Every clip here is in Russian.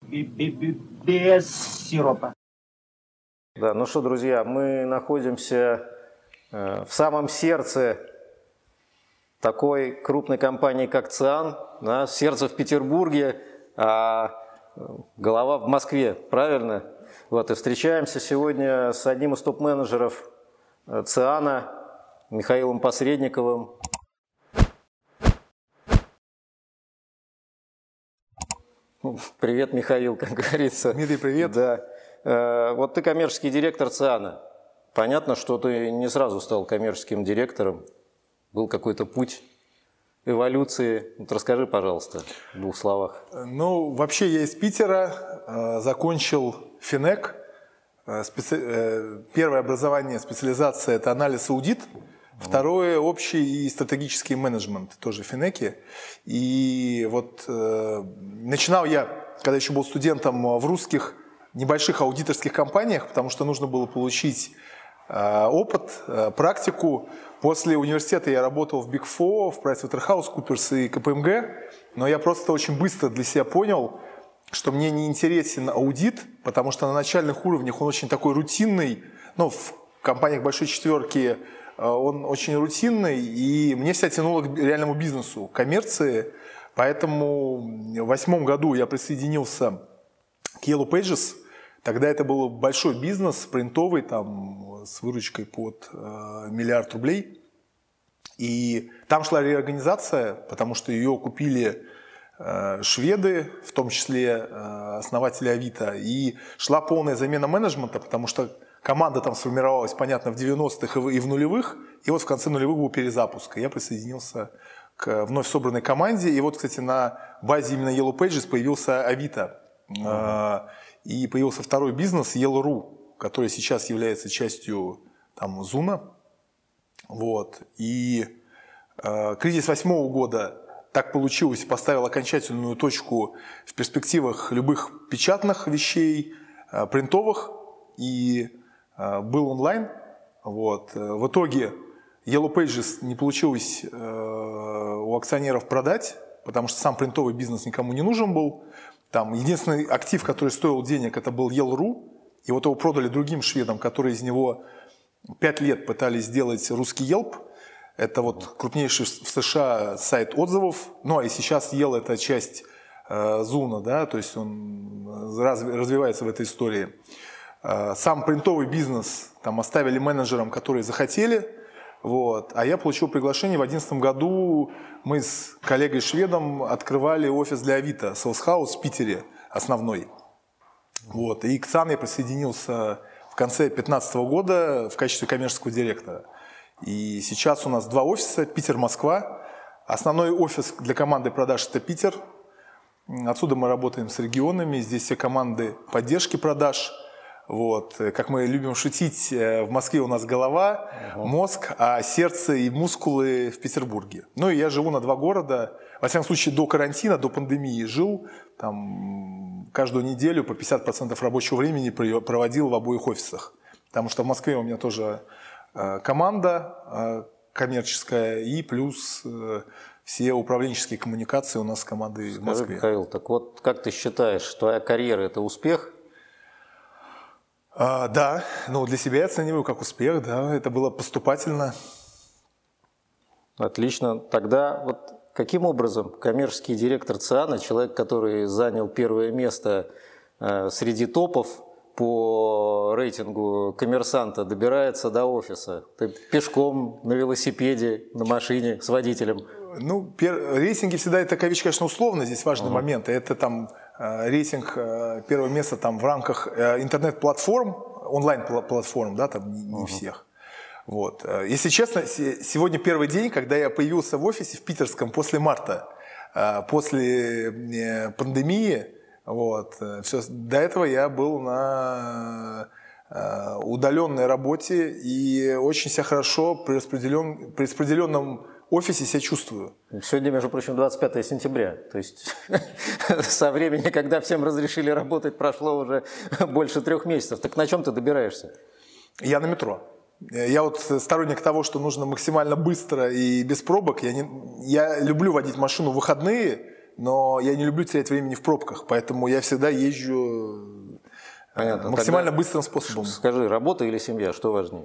Без сиропа. Да, ну что, друзья, мы находимся в самом сердце такой крупной компании, как ЦИАН, да, сердце в Петербурге, а голова в Москве, правильно? Вот, и встречаемся сегодня с одним из топ-менеджеров ЦИАНа, Михаилом Посредниковым. Привет, Михаил, как говорится. Дмитрий, привет. Да. Вот ты коммерческий директор ЦИАНа. Понятно, что ты не сразу стал коммерческим директором. Был какой-то путь эволюции. Вот расскажи, пожалуйста, в двух словах. Ну, вообще я из Питера, закончил ФИНЭК. Первое образование, специализация – это анализ и аудит. Второе – общий и стратегический менеджмент, тоже в ФИНЭКе. И вот начинал я, когда еще был студентом, в русских небольших аудиторских компаниях, потому что нужно было получить опыт, практику. После университета я работал в Big Four, в PricewaterhouseCoopers и КПМГ, но я просто очень быстро для себя понял, что мне не интересен аудит, потому что на начальных уровнях он очень такой рутинный, ну, в компаниях большой четверки он очень рутинный, и мне вся тянуло к реальному бизнесу, к коммерции, поэтому в 2008 году я присоединился к Yellow Pages. Тогда это был большой бизнес, принтовый, там, с выручкой под $1 миллиард рублей. И там шла реорганизация, потому что ее купили шведы, в том числе основатели Авито. И шла полная замена менеджмента, потому что команда там сформировалась, понятно, в 90-х и в нулевых. И вот в конце нулевых был перезапуск. И я присоединился к вновь собранной команде. И вот, кстати, на базе именно Yellow Pages появился Авито. И появился второй бизнес Yellow.ru, который сейчас является частью там, Зуна. Вот. И кризис 2008 года так получилось, поставил окончательную точку в перспективах любых печатных вещей, принтовых, и был онлайн. Вот. В итоге Yellow Pages не получилось у акционеров продать, потому что сам принтовый бизнес никому не нужен был. Там единственный актив, который стоил денег, это был Yellow.ru, и вот его продали другим шведам, которые из него 5 лет пытались сделать русский Yelp. Это вот крупнейший в США сайт отзывов. Ну, а и сейчас Yelp – это часть Зуна, да, то есть он развивается в этой истории. Сам принтовый бизнес там оставили менеджерам, которые захотели. Вот. А я получил приглашение в 2011 году. Мы с коллегой-шведом открывали офис для Авито, Sales House в Питере, основной. Вот. И к ЦИАН я присоединился в конце 2015 года в качестве коммерческого директора. И сейчас у нас 2 офиса, Питер, Москва. Основной офис для команды продаж – это Питер. Отсюда мы работаем с регионами, здесь все команды поддержки продаж. Вот. Как мы любим шутить, в Москве у нас голова, мозг, а сердце и мускулы в Петербурге. Ну и я живу на 2 города. Во всяком случае, до карантина, до пандемии жил. Там каждую неделю по 50% рабочего времени проводил в обоих офисах. Потому что в Москве у меня тоже команда коммерческая и плюс все управленческие коммуникации у нас с командой в Москве. Михаил, так вот как ты считаешь, твоя карьера – это успех? Да, ну для себя я оцениваю как успех, да, это было поступательно. Отлично. Тогда вот каким образом коммерческий директор ЦИАНа, человек, который занял первое место среди топов по рейтингу коммерсанта, добирается до офиса? Ты пешком, на велосипеде, на машине, с водителем? Ну, рейтинги всегда это такая вещь, конечно, условно, здесь важный момент. Это там рейтинг первого места там в рамках интернет-платформ, онлайн-платформ, да, там не всех. Вот. Если честно, сегодня первый день, когда я появился в офисе в питерском после марта, после пандемии. Вот. Все, до этого я был на удаленной работе и очень себя хорошо при распределенном офисе себя чувствую. Сегодня, между прочим, 25 сентября. То есть со времени, когда всем разрешили работать, прошло уже больше 3 месяцев. Так на чем ты добираешься? Я на метро. Я вот сторонник того, что нужно максимально быстро и без пробок. Я люблю водить машину в выходные, но я не люблю терять времени в пробках, поэтому я всегда езжу максимально быстрым способом. Скажи, работа или семья, что важнее?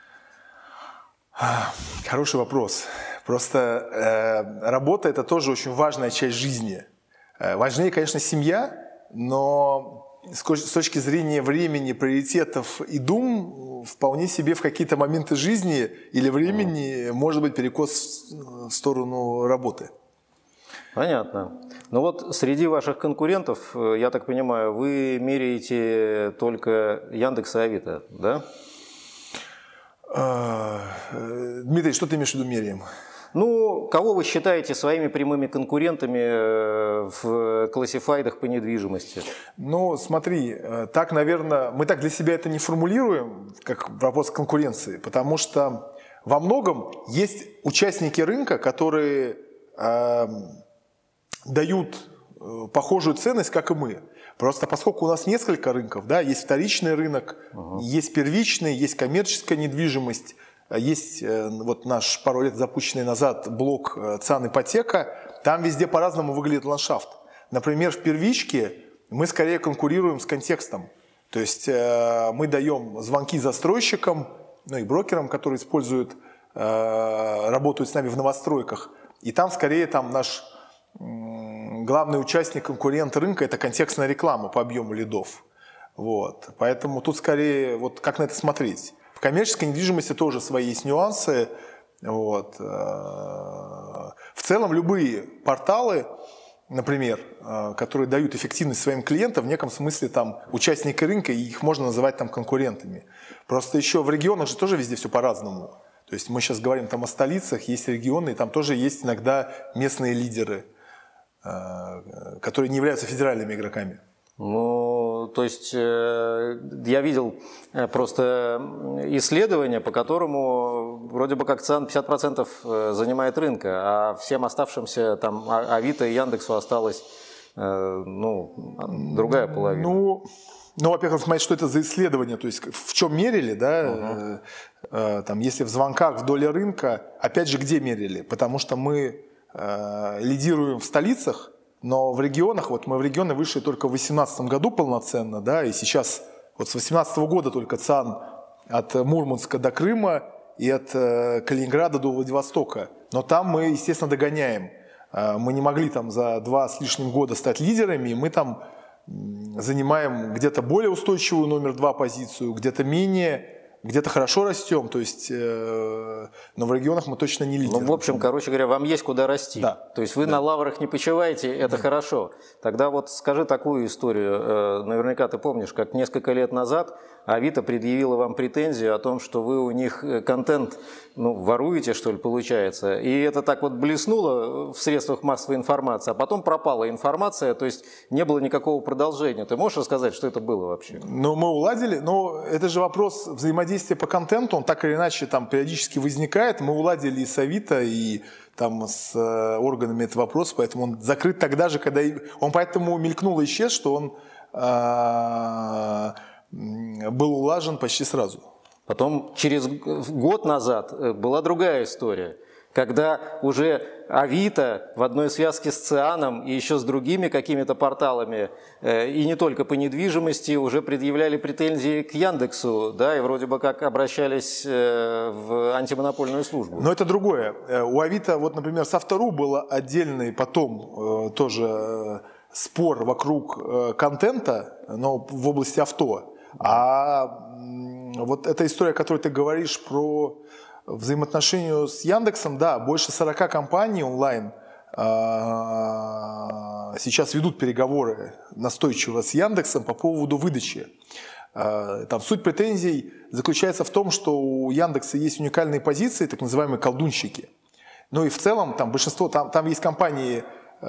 Хороший вопрос. Просто работа – это тоже очень важная часть жизни. Важнее, конечно, семья, но с точки зрения времени, приоритетов и дум, вполне себе в какие-то моменты жизни или времени может быть перекос в сторону работы. Понятно. Ну вот среди ваших конкурентов, я так понимаю, вы меряете только Яндекс и Авито, да? Дмитрий, что ты имеешь в виду меряем? Ну, кого вы считаете своими прямыми конкурентами в классифайдах по недвижимости? Ну, смотри, так, наверное, мы так для себя это не формулируем, как вопрос конкуренции, потому что во многом есть участники рынка, которые дают похожую ценность, как и мы. Просто поскольку у нас несколько рынков, да, есть вторичный рынок, есть первичный, есть коммерческая недвижимость, есть вот наш пару лет запущенный назад блок ЦИАН ипотека, там везде по-разному выглядит ландшафт. Например, в первичке мы скорее конкурируем с контекстом. То есть мы даем звонки застройщикам, ну и брокерам, которые используют, работают с нами в новостройках. И там скорее наш главный участник, конкурент рынка – это контекстная реклама по объему лидов. Вот. Поэтому тут скорее, вот как на это смотреть. В коммерческой недвижимости тоже свои есть нюансы. Вот. В целом любые порталы, например, которые дают эффективность своим клиентам, в неком смысле участники рынка, и их можно называть конкурентами. Просто еще в регионах же тоже везде все по-разному. То есть мы сейчас говорим о столицах, есть регионы, и там тоже есть иногда местные лидеры, которые не являются федеральными игроками. Ну, то есть я видел просто исследование, по которому вроде бы как ЦИАН 50% занимает рынка, а всем оставшимся Авито и Яндексу осталась другая половина. Ну, во-первых, смотреть, что это за исследование, то есть в чем мерили, да, если в звонках вдоль рынка, опять же, где мерили, потому что мы лидируем в столицах, но в регионах, вот мы в регионы вышли только в 2018 году полноценно, да, и сейчас вот с 2018 года только ЦИАН от Мурманска до Крыма и от Калининграда до Владивостока. Но там мы, естественно, догоняем. Мы не могли за 2 с лишним года стать лидерами, и мы занимаем где-то более устойчивую номер 2 позицию, где-то менее, где-то хорошо растем, то есть, но в регионах мы точно не лидеры. Ну, в общем, короче говоря, вам есть куда расти. Да. То есть вы на лаврах не почиваете, это хорошо. Тогда вот скажи такую историю. Наверняка ты помнишь, как несколько лет назад Авито предъявила вам претензию о том, что вы у них контент воруете, что ли, получается. И это так вот блеснуло в средствах массовой информации, а потом пропала информация, то есть не было никакого продолжения. Ты можешь рассказать, что это было вообще? Ну, мы уладили, но это же вопрос взаимодействия по контенту, он так или иначе периодически возникает. Мы уладили и с Авито, и с органами этот вопрос, поэтому он закрыт тогда же, когда... Он поэтому мелькнул и исчез, что он был улажен почти сразу. Потом, через год назад, была другая история, когда уже Авито в одной связке с ЦИАНом и еще с другими какими-то порталами, и не только по недвижимости, уже предъявляли претензии к Яндексу, да, и вроде бы как обращались в антимонопольную службу. Но это другое. У Авито, вот, например, с Авто.ру был отдельный потом тоже спор вокруг контента, но в области авто. А вот эта история, о которой ты говоришь про взаимоотношения с Яндексом, да, больше 40 компаний онлайн сейчас ведут переговоры настойчиво с Яндексом по поводу выдачи. Суть претензий заключается в том, что у Яндекса есть уникальные позиции, так называемые колдунщики. Ну и в целом большинство, там есть компании,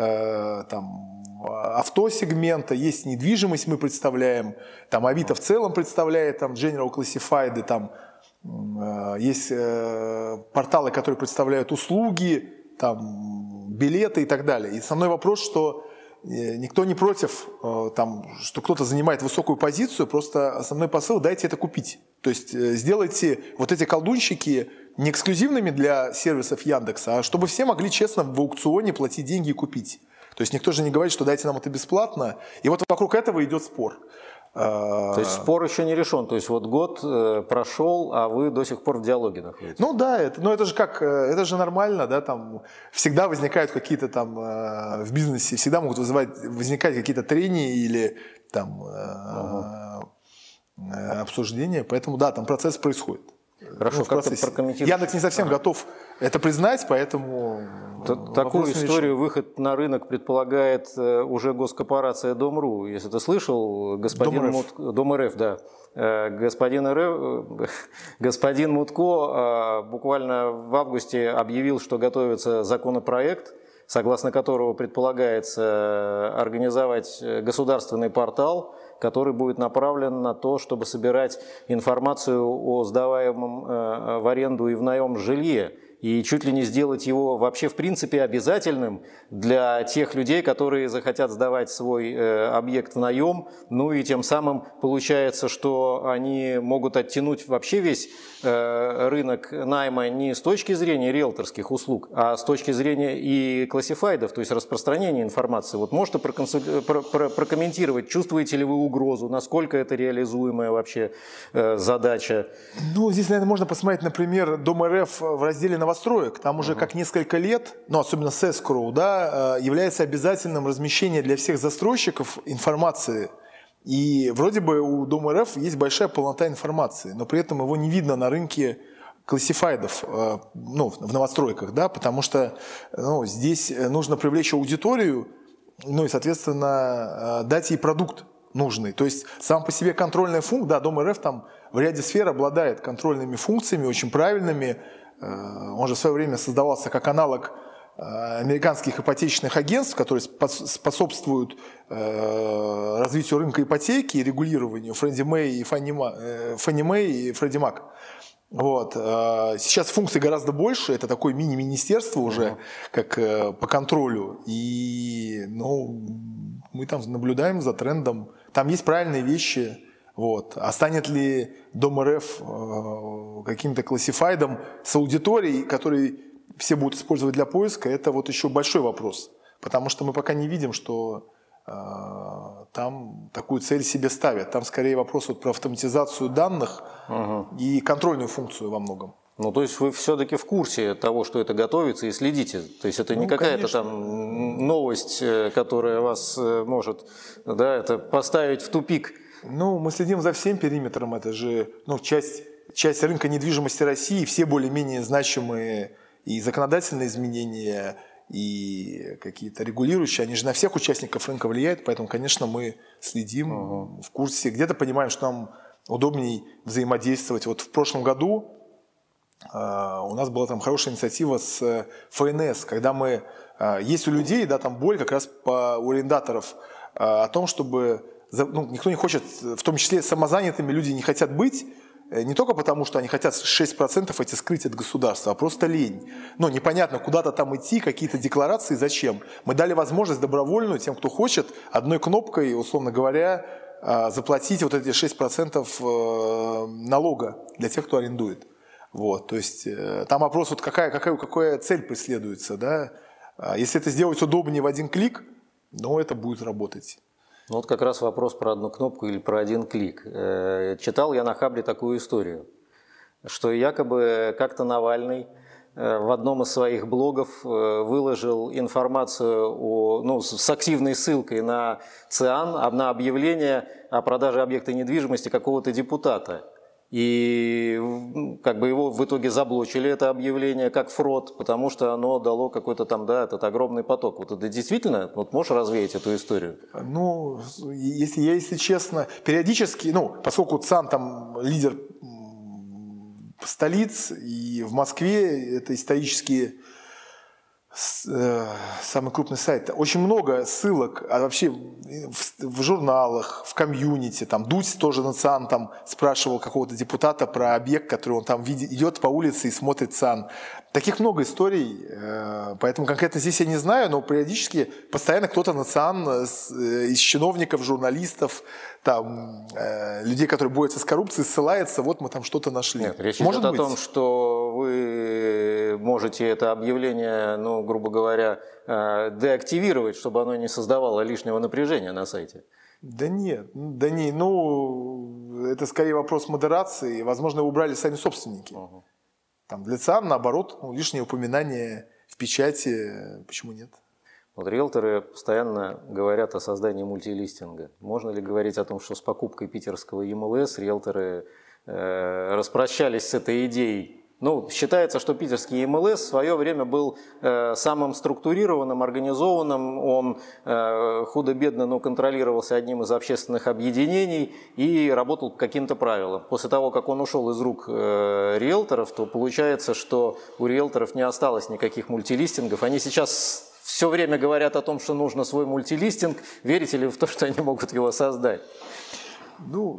автосегмента, есть недвижимость, мы представляем, Авито в целом представляет, General Classified, есть порталы, которые представляют услуги, билеты и так далее. И основной вопрос, что никто не против, что кто-то занимает высокую позицию, просто основной посыл – дайте это купить. То есть сделайте вот эти колдунщики не эксклюзивными для сервисов Яндекса, а чтобы все могли честно в аукционе платить деньги и купить. То есть никто же не говорит, что дайте нам это бесплатно. И вот вокруг этого идет спор. То есть спор еще не решен. То есть вот год прошел, а вы до сих пор в диалоге находитесь. Ну да, это же как, это же нормально, да, там всегда возникают какие-то там в бизнесе, всегда могут возникать какие-то трения или там обсуждения, поэтому да, там процесс происходит. Хорошо, как ты прокомментируешь? Яндекс не совсем готов это признать, поэтому... Такую историю, выход на рынок предполагает уже госкорпорация Дом.ру. Если ты слышал, Дом.рф, да. Господин Мутко буквально в августе объявил, что готовится законопроект, согласно которого предполагается организовать государственный портал, который будет направлен на то, чтобы собирать информацию о сдаваемом в аренду и в наем жилье. И чуть ли не сделать его вообще в принципе обязательным для тех людей, которые захотят сдавать свой объект в наем. Ну и тем самым получается, что они могут оттянуть вообще весь рынок найма не с точки зрения риэлторских услуг, а с точки зрения и классифайдов, то есть распространения информации. Вот можете прокомментировать, чувствуете ли вы угрозу, насколько это реализуемая вообще задача? Ну, здесь, наверное, можно посмотреть, например, Дом.рф в разделе новостроек. Там уже как несколько лет, ну, особенно с escrow, да, является обязательным размещение для всех застройщиков информации. И вроде бы у Дом.рф есть большая полнота информации, но при этом его не видно на рынке классифайдов, ну, в новостройках, да, потому что здесь нужно привлечь аудиторию, ну и, соответственно, дать ей продукт нужный. То есть сам по себе контрольная функция, да, Дом.рф там в ряде сфер обладает контрольными функциями, очень правильными. Он же в свое время создавался как аналог американских ипотечных агентств, которые способствуют развитию рынка ипотеки и регулированию Фрэнни Мэй и Фредди Мак. Вот. Сейчас функций гораздо больше, это такое мини-министерство уже, как по контролю. И мы там наблюдаем за трендом. Там есть правильные вещи. Вот. А станет ли Дом.рф каким-то классифайдом с аудиторией, который все будут использовать для поиска, это вот еще большой вопрос. Потому что мы пока не видим, что там такую цель себе ставят. Там скорее вопрос вот про автоматизацию данных и контрольную функцию во многом. Ну, то есть вы все-таки в курсе того, что это готовится, и следите. То есть это не какая-то там новость, которая вас может, да, это поставить в тупик. Ну, мы следим за всем периметром. Это же часть рынка недвижимости России, все более-менее значимые и законодательные изменения, и какие-то регулирующие, они же на всех участников рынка влияют, поэтому, конечно, мы следим в курсе, где-то понимаем, что нам удобнее взаимодействовать. Вот в прошлом году у нас была там хорошая инициатива с ФНС, когда есть у людей, да, там боль как раз у арендаторов о том, чтобы, никто не хочет, в том числе самозанятыми люди не хотят быть, не только потому, что они хотят 6% эти скрыть от государства, а просто лень. Но непонятно, куда-то там идти, какие-то декларации, зачем. Мы дали возможность добровольную тем, кто хочет, одной кнопкой, условно говоря, заплатить вот эти 6% налога для тех, кто арендует. Вот, то есть там вопрос, вот какая цель преследуется. Да? Если это сделать удобнее в один клик, это будет работать. Ну, вот как раз вопрос про одну кнопку или про один клик. Читал я на Хабре такую историю, что якобы как-то Навальный в одном из своих блогов выложил информацию с активной ссылкой на ЦИАН, на объявление о продаже объекта недвижимости какого-то депутата. И как бы его в итоге заблочили, это объявление, как фрод, потому что оно дало какой-то там, да, этот огромный поток. Вот это действительно, вот можешь развеять эту историю? Ну, если честно, периодически, поскольку ЦИАН там лидер столиц, и в Москве это исторически самый крупный сайт. Очень много ссылок, а вообще в журналах, в комьюнити, там Дудь тоже на ЦИАН там спрашивал какого-то депутата про объект, который он там видит, идет по улице и смотрит ЦИАН. Таких много историй, поэтому конкретно здесь я не знаю, но периодически постоянно кто-то на ЦИАН из чиновников, журналистов, там, людей, которые борются с коррупцией, ссылается, вот мы там что-то нашли. Нет, речь идет о том, что вы вы можете это объявление, ну, грубо говоря, деактивировать, чтобы оно не создавало лишнего напряжения на сайте? Да нет, ну, это скорее вопрос модерации. Возможно, его убрали сами собственники. Там для ЦИАН, наоборот, лишнее упоминание в печати, почему нет? Вот риэлторы постоянно говорят о создании мультилистинга. Можно ли говорить о том, что с покупкой питерского ЕМЛС риэлторы распрощались с этой идеей? Ну, считается, что питерский ЕМЛС в свое время был самым структурированным, организованным. Он худо-бедно, но контролировался одним из общественных объединений и работал по каким-то правилам. После того, как он ушел из рук риэлторов, то получается, что у риэлторов не осталось никаких мультилистингов. Они сейчас все время говорят о том, что нужно свой мультилистинг. Верите ли в то, что они могут его создать? Ну,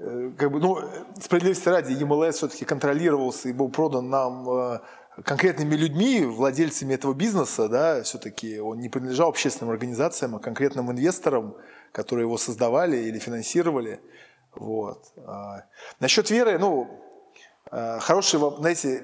справедливости ради, ЕМЛС все-таки контролировался и был продан нам конкретными людьми, владельцами этого бизнеса, да, все-таки он не принадлежал общественным организациям, а конкретным инвесторам, которые его создавали или финансировали. Вот. Насчет веры, ну, хороший, знаете,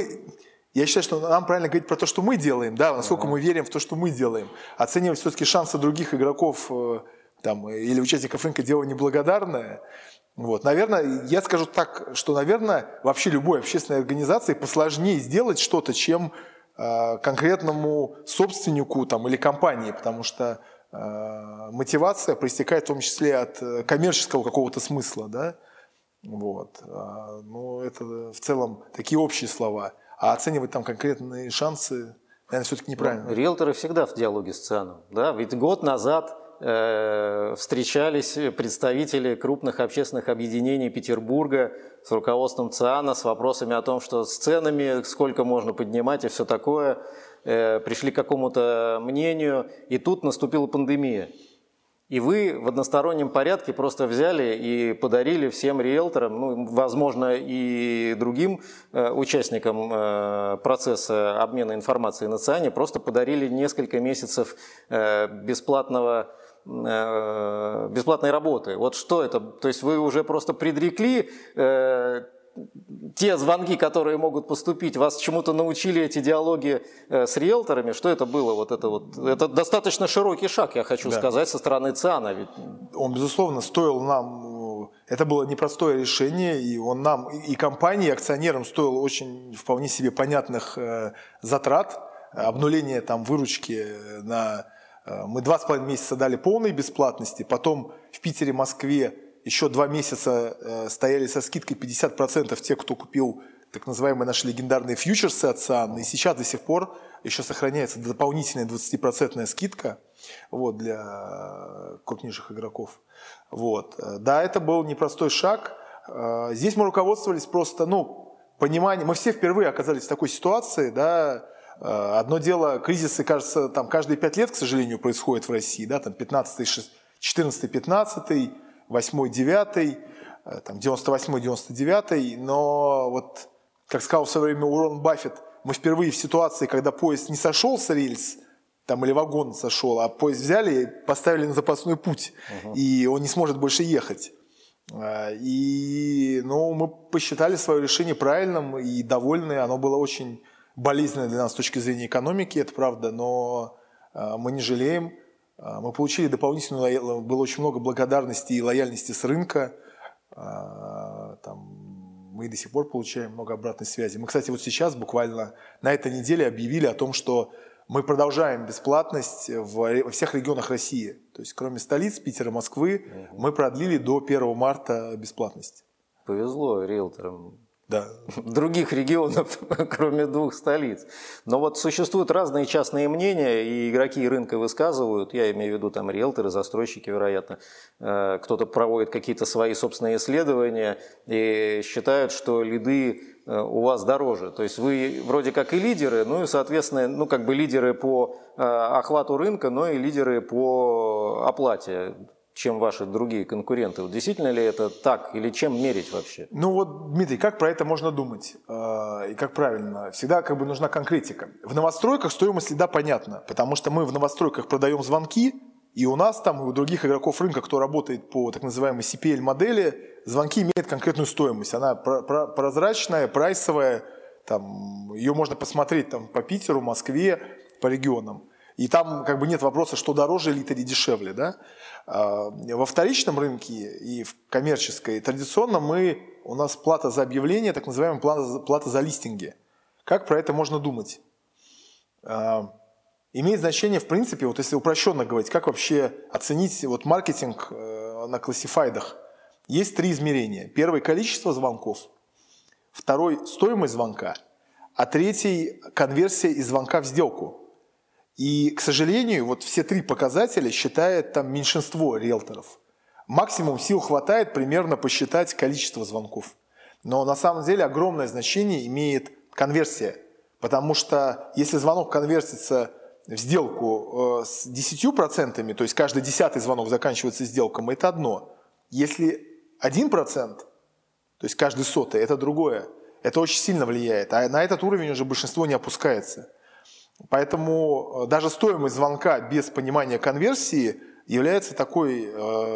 я считаю, что нам правильно говорить про то, что мы делаем, да, насколько мы верим в то, что мы делаем. Оценивать все-таки шансы других игроков там, или участников рынка дело неблагодарное. Вот. Наверное, я скажу так, что, наверное, вообще любой общественной организации посложнее сделать что-то, чем конкретному собственнику там, или компании, потому что мотивация проистекает в том числе от коммерческого какого-то смысла. Да? Вот. Но это в целом такие общие слова. А оценивать там конкретные шансы, наверное, все-таки неправильно. Риэлторы всегда в диалоге с ЦИАНом. Да? Ведь год назад встречались представители крупных общественных объединений Петербурга с руководством ЦИАНа с вопросами о том, что с ценами сколько можно поднимать и все такое. Пришли к какому-то мнению, и тут наступила пандемия. И вы в одностороннем порядке просто взяли и подарили всем риэлторам, ну, возможно, и другим участникам процесса обмена информацией на ЦИАНе, просто подарили несколько месяцев бесплатной работы. Вот что это? То есть вы уже просто предрекли те звонки, которые могут поступить, вас чему-то научили эти диалоги с риэлторами? Что это было? Это достаточно широкий шаг, я хочу сказать, со стороны ЦИАНа. Ведь... Он, безусловно, стоил нам... Это было непростое решение, и он нам, и компании, и акционерам стоил очень вполне себе понятных затрат. Обнуление там выручки на... Мы 2,5 месяца дали полной бесплатности, потом в Питере, Москве еще 2 месяца стояли со скидкой 50% те, кто купил так называемые наши легендарные фьючерсы от ЦИАН. И сейчас до сих пор еще сохраняется дополнительная 20% скидка вот, для крупнейших игроков. Вот. Да, это был непростой шаг. Здесь мы руководствовались просто пониманием. Мы все впервые оказались в такой ситуации. Да. Одно дело, кризисы, кажется, там каждые 5 лет, к сожалению, происходят в России. Да, там 14-15, 8-9, 98-99, но вот, как сказал в свое время Уоррен Баффет, мы впервые в ситуации, когда поезд не сошел с рельс, там, или вагон сошел, а поезд взяли и поставили на запасной путь, и он не сможет больше ехать. И мы посчитали свое решение правильным и довольны, оно было очень болезненно для нас с точки зрения экономики, это правда, но мы не жалеем. Мы получили дополнительную, было очень много благодарности и лояльности с рынка. Мы до сих пор получаем много обратной связи. Мы, кстати, вот сейчас буквально на этой неделе объявили о том, что мы продолжаем бесплатность во всех регионах России. То есть кроме столиц, Питера, Москвы, мы продлили до 1 марта бесплатность. Повезло риэлторам. Да. Других регионов, кроме 2 столиц. Но вот существуют разные частные мнения, и игроки рынка высказывают, я имею в виду там риэлторы, застройщики, вероятно, кто-то проводит какие-то свои собственные исследования и считают, что лиды у вас дороже. То есть вы вроде как и лидеры, и, соответственно, лидеры по охвату рынка, но и лидеры по оплате, чем ваши другие конкуренты. Вот действительно ли это так или чем мерить вообще? Дмитрий, как про это можно думать? И как правильно? Всегда нужна конкретика. В новостройках стоимость лида понятна, потому что мы в новостройках продаем звонки, и у нас там, и у других игроков рынка, кто работает по так называемой CPL-модели, звонки имеют конкретную стоимость. Она прозрачная, прайсовая, Там, ее можно посмотреть там, по Питеру, Москве, по регионам. И там как бы нет вопроса, что дороже литр и дешевле. Да? Во вторичном рынке и в коммерческой традиционно у нас плата за объявление, так называемая плата за листинги. Как про это можно думать? Имеет значение, в принципе, вот если упрощенно говорить, как вообще оценить вот маркетинг на классифайдах. Есть 3 измерения. Первое – количество звонков. Второй – стоимость звонка. А третий – конверсия из звонка в сделку. И, к сожалению, вот все 3 показателя считает там меньшинство риэлторов. Максимум сил хватает примерно посчитать количество звонков. Но на самом деле огромное значение имеет конверсия. Потому что если звонок конвертится в сделку с 10%, то есть каждый 10-й звонок заканчивается сделкой, это одно. Если 1%, то есть каждый 100-й, это другое. Это очень сильно влияет. А на этот уровень уже большинство не опускается. Поэтому даже стоимость звонка без понимания конверсии является такой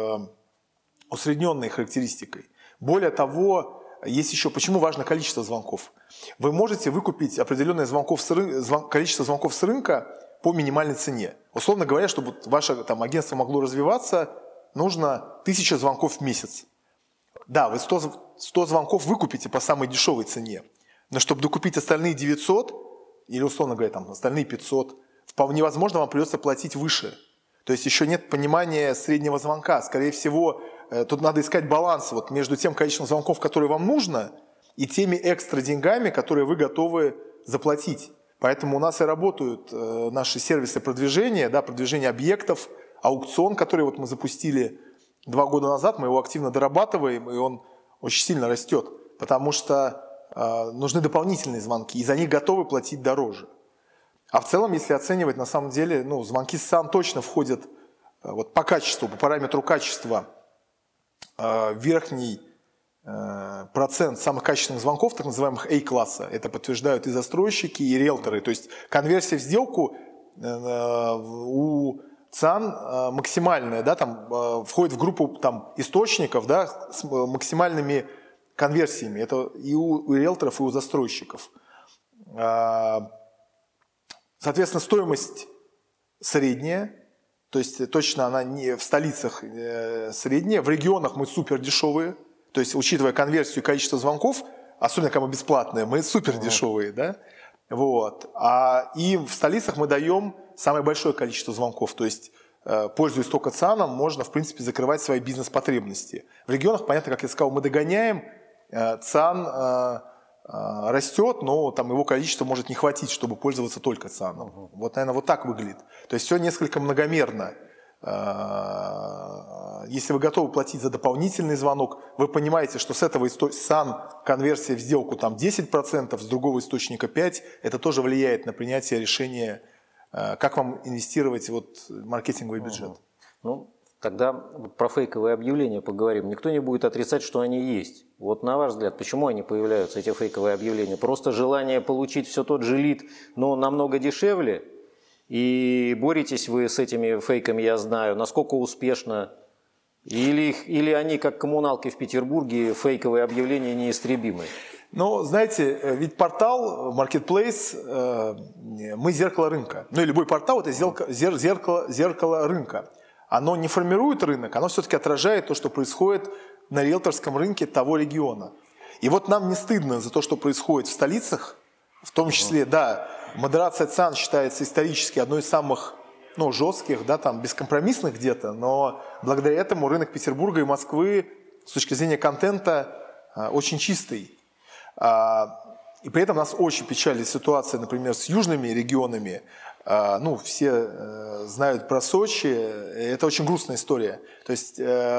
усредненной характеристикой. Более того, есть еще, почему важно количество звонков. Вы можете выкупить определенное количество звонков с рынка по минимальной цене. Условно говоря, чтобы ваше там, агентство могло развиваться, нужно 1000 звонков в месяц. Да, вы 100 звонков выкупите по самой дешевой цене, но чтобы докупить остальные 900, или, условно говоря, там, остальные 500, вполне возможно, вам придется платить выше. То есть еще нет понимания среднего звонка. Скорее всего, тут надо искать баланс вот между тем количеством звонков, которые вам нужно, и теми экстра деньгами, которые вы готовы заплатить. Поэтому у нас и работают наши сервисы продвижения, да, продвижение объектов, аукцион, который вот мы запустили 2 года назад, мы его активно дорабатываем, и он очень сильно растет, потому что нужны дополнительные звонки, и за них готовы платить дороже. А в целом, если оценивать, на самом деле, звонки с САН точно входят вот, по качеству, по параметру качества верхний процент самых качественных звонков, так называемых A-класса. Это подтверждают и застройщики, и риэлторы. То есть конверсия в сделку у ЦАН максимальная, да, там, входит в группу там, источников, да, с максимальными конверсиями. Это и у риэлторов, и у застройщиков. Соответственно, стоимость средняя, то есть точно она не в столицах средняя, в регионах мы супер дешевые, то есть учитывая конверсию и количество звонков, особенно когда мы бесплатные, мы супер дешевые, да? Вот. И в столицах мы даем самое большое количество звонков, то есть пользуясь только ЦАНом, можно в принципе закрывать свои бизнес-потребности. В регионах, понятно, как я сказал, мы догоняем, ЦАН растет, но там его количество может не хватить, чтобы пользоваться только ЦАНом. Вот, наверное, вот так выглядит. То есть все несколько многомерно. Если вы готовы платить за дополнительный звонок, вы понимаете, что с этого САН конверсия в сделку там 10%, с другого источника 5%, это тоже влияет на принятие решения, как вам инвестировать вот, маркетинговый бюджет. Тогда про фейковые объявления поговорим. Никто не будет отрицать, что они есть. Вот на ваш взгляд, почему они появляются, эти фейковые объявления? Просто желание получить все тот же лид, но намного дешевле? И боретесь вы с этими фейками, я знаю. Насколько успешно? Или они, как коммуналки в Петербурге, фейковые объявления неистребимы? Знаете, ведь портал, marketplace, мы зеркало рынка. И любой портал – это зеркало рынка. Оно не формирует рынок, оно все-таки отражает то, что происходит на риэлторском рынке того региона. И вот нам не стыдно за то, что происходит в столицах, в том числе, да, модерация ЦАН считается исторически одной из самых жестких, да, там, бескомпромиссных где-то, но благодаря этому рынок Петербурга и Москвы с точки зрения контента очень чистый. И при этом нас очень печалит ситуация, например, с южными регионами. Все знают про Сочи, это очень грустная история. То есть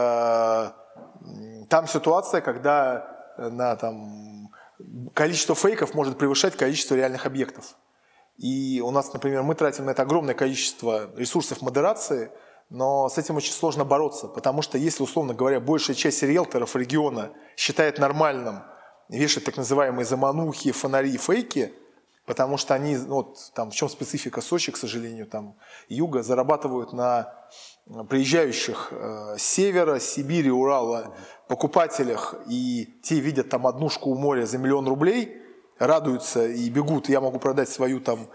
там ситуация, когда количество фейков может превышать количество реальных объектов. И у нас, например, мы тратим на это огромное количество ресурсов модерации, но с этим очень сложно бороться, потому что если, условно говоря, большая часть риэлторов региона считает нормальным вешать так называемые заманухи, фонари и фейки, потому что они, там, в чем специфика Сочи, к сожалению, там, юга, зарабатывают на приезжающих с севера, Сибири, Урала покупателях, и те видят там однушку у моря за 1 000 000 рублей, радуются и бегут, я могу продать свою там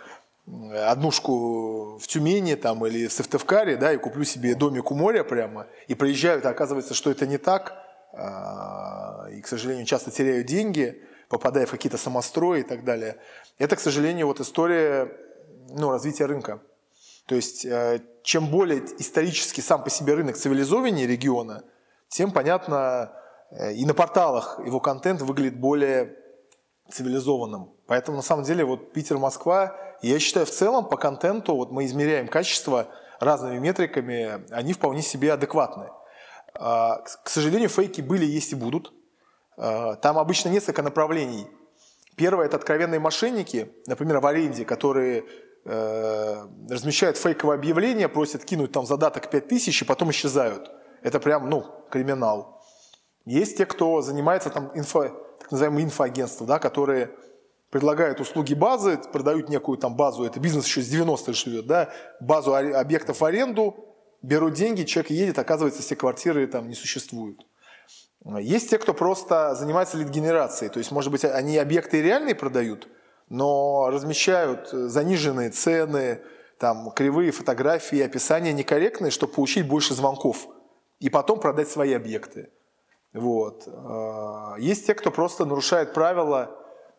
однушку в Тюмени там, или в Сыктывкаре, да, и куплю себе домик у моря прямо, и приезжают, а оказывается, что это не так, и, к сожалению, часто теряют деньги, попадая в какие-то самострои и так далее. Это, к сожалению, вот история развития рынка. То есть, чем более исторически сам по себе рынок цивилизованнее региона, тем, понятно, и на порталах его контент выглядит более цивилизованным. Поэтому, на самом деле, вот Питер, Москва, я считаю, в целом по контенту, вот мы измеряем качество разными метриками, они вполне себе адекватны. К сожалению, фейки были, есть и будут. Там обычно несколько направлений. Первое – это откровенные мошенники, например, в аренде, которые размещают фейковые объявления, просят кинуть там задаток 5000 и потом исчезают. Это прям, криминал. Есть те, кто занимается там так называемые инфоагентства, да, которые предлагают услуги базы, продают некую там базу, это бизнес еще с 90-х живет, да, базу объектов в аренду, берут деньги, человек едет, оказывается, все квартиры там не существуют. Есть те, кто просто занимается лид-генерацией, то есть, может быть, они объекты реальные продают, но размещают заниженные цены, там, кривые фотографии, описания некорректные, чтобы получить больше звонков и потом продать свои объекты. Вот. Есть те, кто просто нарушает правила,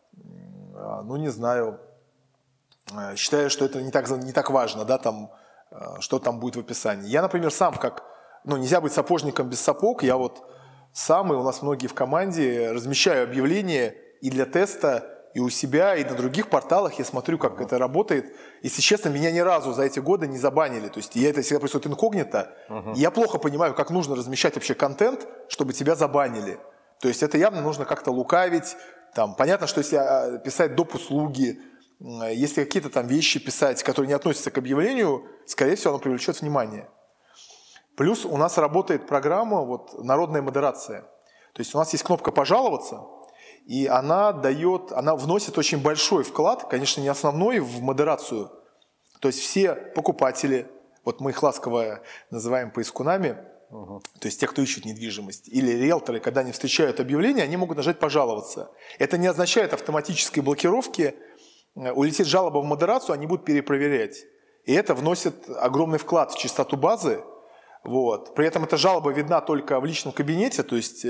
не знаю, считая, что это не так важно, да, там, что там будет в описании. Я, например, сам нельзя быть сапожником без сапог, я вот сам, и у нас многие в команде, размещаю объявления и для теста, и у себя, и на других порталах, я смотрю, как это работает. Если честно, меня ни разу за эти годы не забанили. То есть это всегда происходит инкогнито. И я плохо понимаю, как нужно размещать вообще контент, чтобы тебя забанили. То есть это явно нужно как-то лукавить. Там, понятно, что если писать доп. Услуги, если какие-то там вещи писать, которые не относятся к объявлению, скорее всего, оно привлечет внимание. Плюс у нас работает программа «Народная модерация». То есть у нас есть кнопка «Пожаловаться», и она вносит очень большой вклад, конечно, не основной, в модерацию. То есть все покупатели, мы их ласково называем поискунами, то есть те, кто ищут недвижимость, или риэлторы, когда они встречают объявление, они могут нажать «Пожаловаться». Это не означает автоматической блокировки. Улетит жалоба в модерацию, они будут перепроверять. И это вносит огромный вклад в чистоту базы. Вот. При этом эта жалоба видна только в личном кабинете, то есть,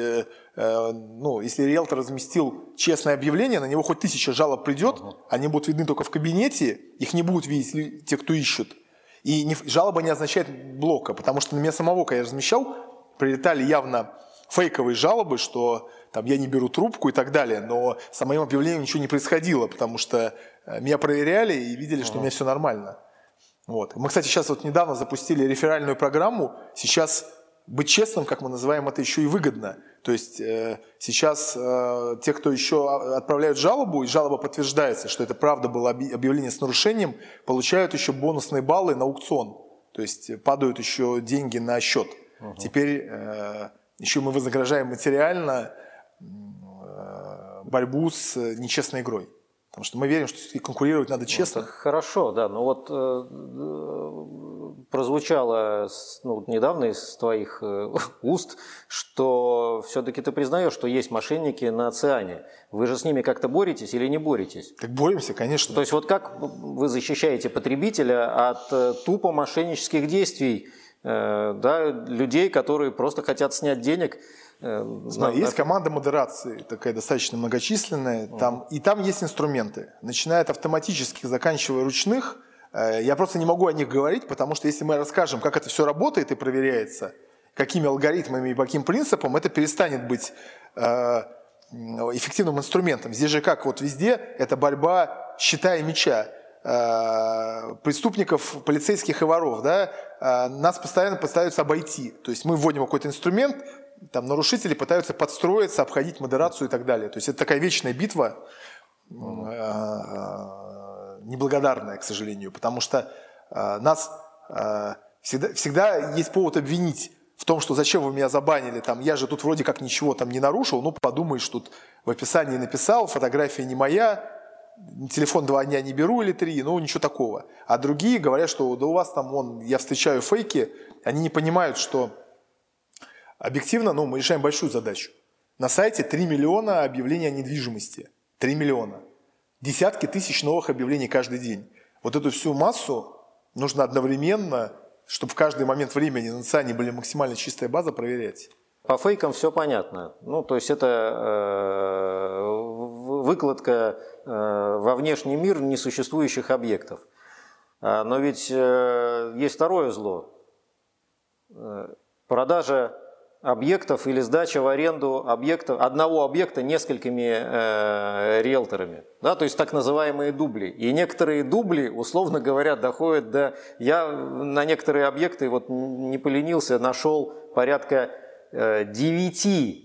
если риэлтор разместил честное объявление, на него хоть 1000 жалоб придет, они будут видны только в кабинете, их не будут видеть те, кто ищут. И жалоба не означает блока, потому что на меня самого, когда я размещал, прилетали явно фейковые жалобы, что там я не беру трубку и так далее, но с моим объявлением ничего не происходило, потому что меня проверяли и видели, что у меня все нормально. Вот. Мы, кстати, сейчас недавно запустили реферальную программу. Сейчас быть честным, как мы называем, это еще и выгодно. То есть сейчас те, кто еще отправляют жалобу, и жалоба подтверждается, что это правда было объявление с нарушением, получают еще бонусные баллы на аукцион. То есть падают еще деньги на счет. Теперь еще мы вознаграждаем материально борьбу с нечестной игрой. Потому что мы верим, что конкурировать надо честно. Это хорошо, да. Но прозвучало недавно из твоих уст, что все-таки ты признаешь, что есть мошенники на Циане. Вы же с ними как-то боретесь или не боретесь? Так боремся, конечно. То есть как вы защищаете потребителя от тупо мошеннических действий, людей, которые просто хотят снять денег? Есть команда модерации, такая достаточно многочисленная, и там есть инструменты, начиная от автоматических, заканчивая ручных. Я просто не могу о них говорить, потому что если мы расскажем, как это все работает и проверяется, какими алгоритмами и по каким принципам, это перестанет быть эффективным инструментом. Здесь же как везде, это борьба щита и меча. Преступников, полицейских и воров, нас постоянно пытаются обойти. То есть мы вводим какой-то инструмент, там нарушители пытаются подстроиться, обходить модерацию и так далее. То есть это такая вечная битва, неблагодарная, к сожалению, потому что нас всегда есть повод обвинить в том, что зачем вы меня забанили, я же тут вроде как ничего не нарушил, подумаешь, тут в описании написал, фотография не моя, телефон 2 дня не беру или 3, ничего такого. А другие говорят, что у вас я встречаю фейки, они не понимают, что объективно, мы решаем большую задачу. На сайте 3 миллиона объявлений о недвижимости. 3 миллиона. десятки тысяч новых объявлений каждый день. Вот эту всю массу нужно одновременно, чтобы в каждый момент времени на ЦИАНе были максимально чистая база, проверять. По фейкам все понятно. Ну, то есть это выкладка во внешний мир несуществующих объектов. Но ведь есть второе зло. Продажа объектов или сдача в аренду объектов, одного объекта несколькими риэлторами. Да, то есть так называемые дубли. И некоторые дубли, условно говоря, доходят до... Я на некоторые объекты вот не поленился, нашел порядка 9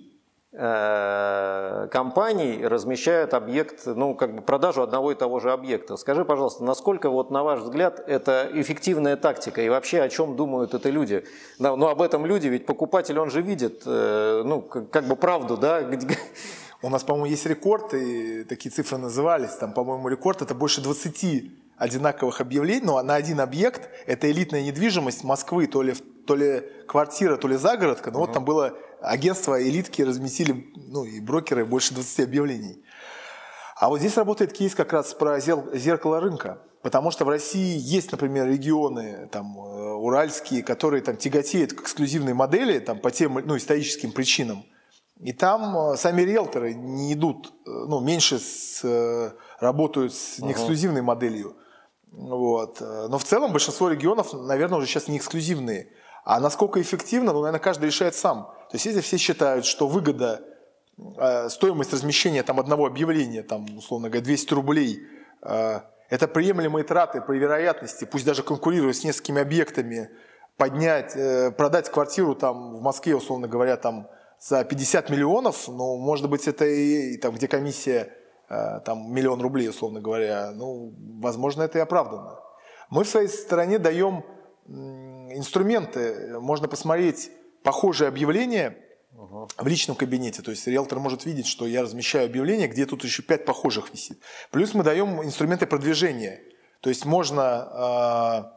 компаний размещают объект, ну, как бы продажу одного и того же объекта. Скажи, пожалуйста, насколько, вот, на ваш взгляд, это эффективная тактика и вообще о чем думают это люди? Ну, об этом люди, ведь покупатель, он же видит, ну, как бы правду, да? У нас, по-моему, есть рекорд, и такие цифры назывались, там, по-моему, рекорд это больше 20 одинаковых объявлений, но на один объект, это элитная недвижимость Москвы, то ли квартира, то ли загородка, но вот там было агентство элитки разместили, ну и брокеры, больше 20 объявлений. А вот здесь работает кейс как раз про зеркало рынка, потому что в России есть, например, регионы там, уральские, которые там тяготеют к эксклюзивной модели там, по тем историческим причинам. И там сами риэлторы не идут, ну, меньше работают с неэксклюзивной моделью. Вот. Но в целом большинство регионов, наверное, уже сейчас не эксклюзивные. А насколько эффективно, ну, наверное, каждый решает сам. То есть если все считают, что выгода, стоимость размещения там, одного объявления, там, условно говоря, 200 рублей, это приемлемые траты при вероятности, пусть даже конкурируя с несколькими объектами, продать квартиру там, в Москве, условно говоря, там, за 50 миллионов, ну, может быть, это и там, где комиссия там, 1 000 000 рублей, условно говоря, ну, возможно, это и оправдано. Мы в своей стороне даем инструменты, можно посмотреть похожие объявления в личном кабинете, то есть риэлтор может видеть, что я размещаю объявление, где тут еще 5 похожих висит. Плюс мы даем инструменты продвижения, то есть можно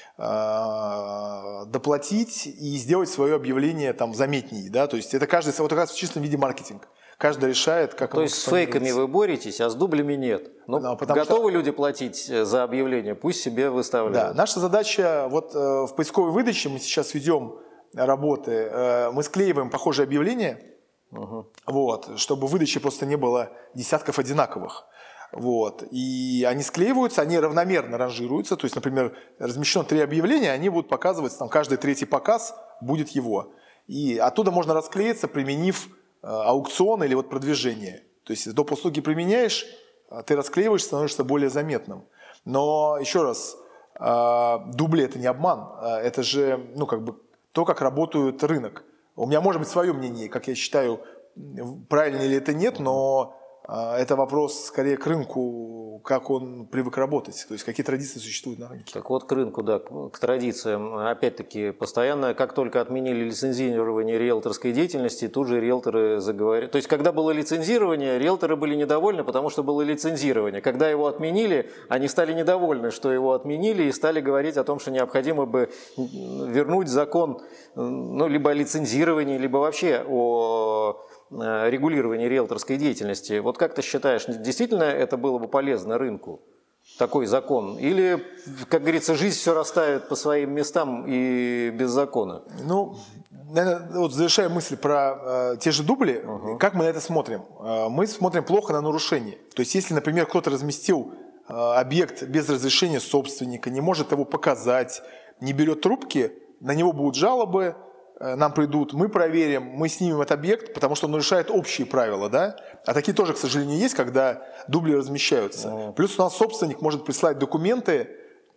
доплатить и сделать свое объявление там заметнее, да, то есть это каждый, вот как раз в чистом виде маркетинг. Каждый решает, как То есть с фейками вы боретесь, а с дублями нет. Ну, готовы люди платить за объявление, пусть себе выставляют. Да, наша задача, вот в поисковой выдаче мы сейчас ведем работы, мы склеиваем похожие объявления, вот, чтобы в выдаче просто не было десятков одинаковых. Вот, и они склеиваются, они равномерно ранжируются, то есть, например, размещено 3 объявления, они будут показываться, там каждый 3-й показ будет его. И оттуда можно расклеиться, применив аукцион или вот продвижение. То есть доп. Услуги применяешь, ты расклеиваешь, становишься более заметным. Но еще раз, дубли это не обман, это же ну, как бы то, как работает рынок. У меня может быть свое мнение, как я считаю, правильно ли это нет, но это вопрос скорее к рынку, как он привык работать, то есть какие традиции существуют на рынке. Так вот к рынку, да, к традициям. Опять-таки, постоянно, как только отменили лицензирование риэлторской деятельности, тут же риэлторы заговорили. То есть, когда было лицензирование, риэлторы были недовольны, потому что было лицензирование. Когда его отменили, они стали недовольны, что его отменили, и стали говорить о том, что необходимо бы вернуть закон, ну, либо о лицензировании, либо вообще о регулировании риэлторской деятельности. Вот как ты считаешь, действительно это было бы полезно рынку, такой закон? Или, как говорится, жизнь все расставит по своим местам и без закона? Ну, наверное, вот завершая мысль про те же дубли, как мы на это смотрим? Мы смотрим плохо на нарушение. То есть, если, например, кто-то разместил объект без разрешения собственника, не может его показать, не берет трубки, на него будут жалобы, нам придут, мы проверим, мы снимем этот объект, потому что он нарушает общие правила, да? А такие тоже, к сожалению, есть, когда дубли размещаются. Плюс у нас собственник может прислать документы,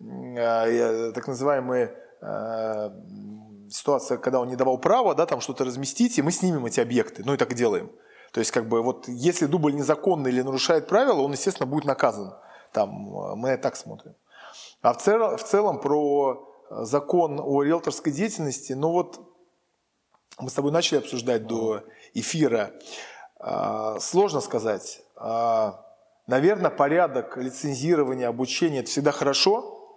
так называемые ситуация, когда он не давал права, да, там что-то разместить, и мы снимем эти объекты, ну и так делаем. То есть, как бы, вот, если дубль незаконный или нарушает правила, он, естественно, будет наказан. Там, мы так смотрим. А в целом про закон о риэлторской деятельности, ну вот, мы с тобой начали обсуждать до эфира. Сложно сказать. Наверное, порядок лицензирования, обучения – это всегда хорошо.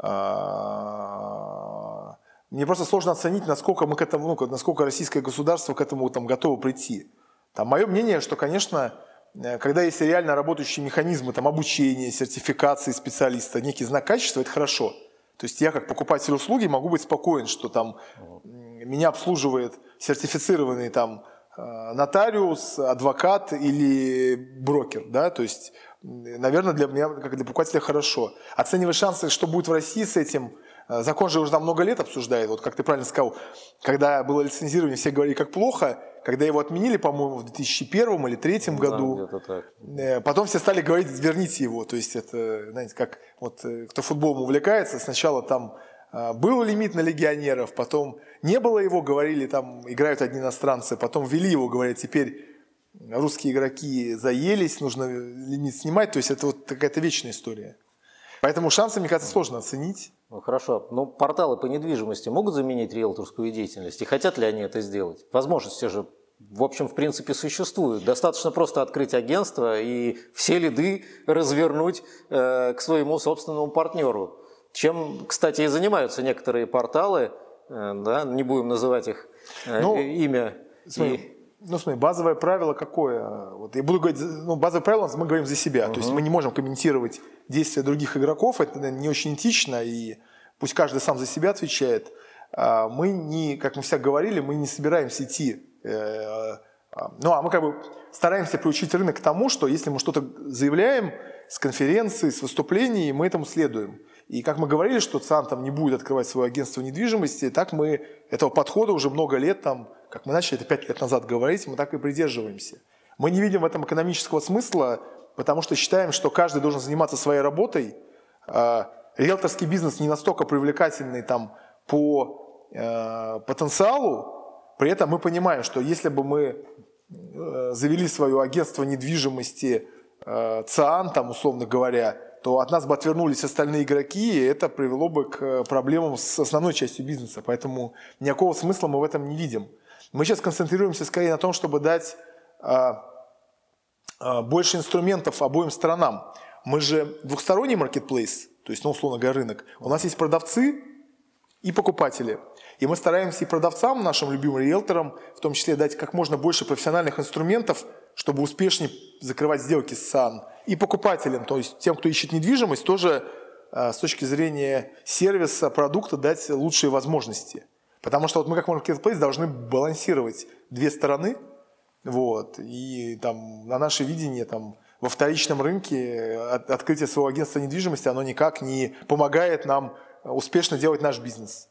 Мне просто сложно оценить, насколько мы к этому, ну, насколько российское государство к этому там готово прийти. Там, мое мнение, что, конечно, когда есть реально работающие механизмы там, обучения, сертификации специалиста, некий знак качества, это хорошо. То есть я как покупатель услуги могу быть спокоен, что там меня обслуживает сертифицированный там нотариус, адвокат или брокер, да, то есть, наверное, для меня, как для покупателя, хорошо. Оценивая шансы, что будет в России с этим, закон же уже там много лет обсуждает, вот как ты правильно сказал, когда было лицензирование, все говорили, как плохо, когда его отменили, по-моему, в 2001 или 2003 году, потом все стали говорить, верните его, то есть это, знаете, как вот кто футболом увлекается, сначала там был лимит на легионеров, потом не было его, говорили, там играют одни иностранцы, потом ввели его, говорят, теперь русские игроки заелись, нужно лимит снимать, то есть это вот какая-то вечная история. Поэтому шансы, мне кажется, сложно оценить. Ну хорошо, но порталы по недвижимости могут заменить риэлторскую деятельность? И хотят ли они это сделать? Возможности же, в общем, в принципе, существуют. Достаточно просто открыть агентство и все лиды развернуть к своему собственному партнеру. Чем, кстати, и занимаются некоторые порталы, да, не будем называть их имя. Смотри, базовое правило какое? Вот я буду говорить, базовое правило мы говорим за себя. То есть мы не можем комментировать действия других игроков, это не очень этично, и пусть каждый сам за себя отвечает. Мы не, как мы всегда говорили, мы не собираемся идти. Мы как бы стараемся приучить рынок к тому, что если мы что-то заявляем с конференции, с выступлений, мы этому следуем. И как мы говорили, что ЦИАН там не будет открывать свое агентство недвижимости, так мы этого подхода уже много лет, там, как мы начали это 5 лет назад говорить, мы так и придерживаемся. Мы не видим в этом экономического смысла, потому что считаем, что каждый должен заниматься своей работой. Риэлторский бизнес не настолько привлекательный там, по потенциалу, при этом мы понимаем, что если бы мы завели свое агентство недвижимости ЦИАН, там, условно говоря, то от нас бы отвернулись остальные игроки, и это привело бы к проблемам с основной частью бизнеса. Поэтому никакого смысла мы в этом не видим. Мы сейчас концентрируемся скорее на том, чтобы дать больше инструментов обоим сторонам. Мы же двухсторонний маркетплейс, то есть, условно говоря, рынок. У нас есть продавцы и покупатели. И мы стараемся и продавцам, нашим любимым риэлторам, в том числе дать как можно больше профессиональных инструментов, чтобы успешнее закрывать сделки с ЦИАН. И покупателям, то есть тем, кто ищет недвижимость, тоже с точки зрения сервиса, продукта дать лучшие возможности. Потому что вот мы как маркетплейс должны балансировать две стороны. Вот, и там, на наше видение там, во вторичном рынке открытие своего агентства недвижимости, оно никак не помогает нам успешно делать наш бизнес.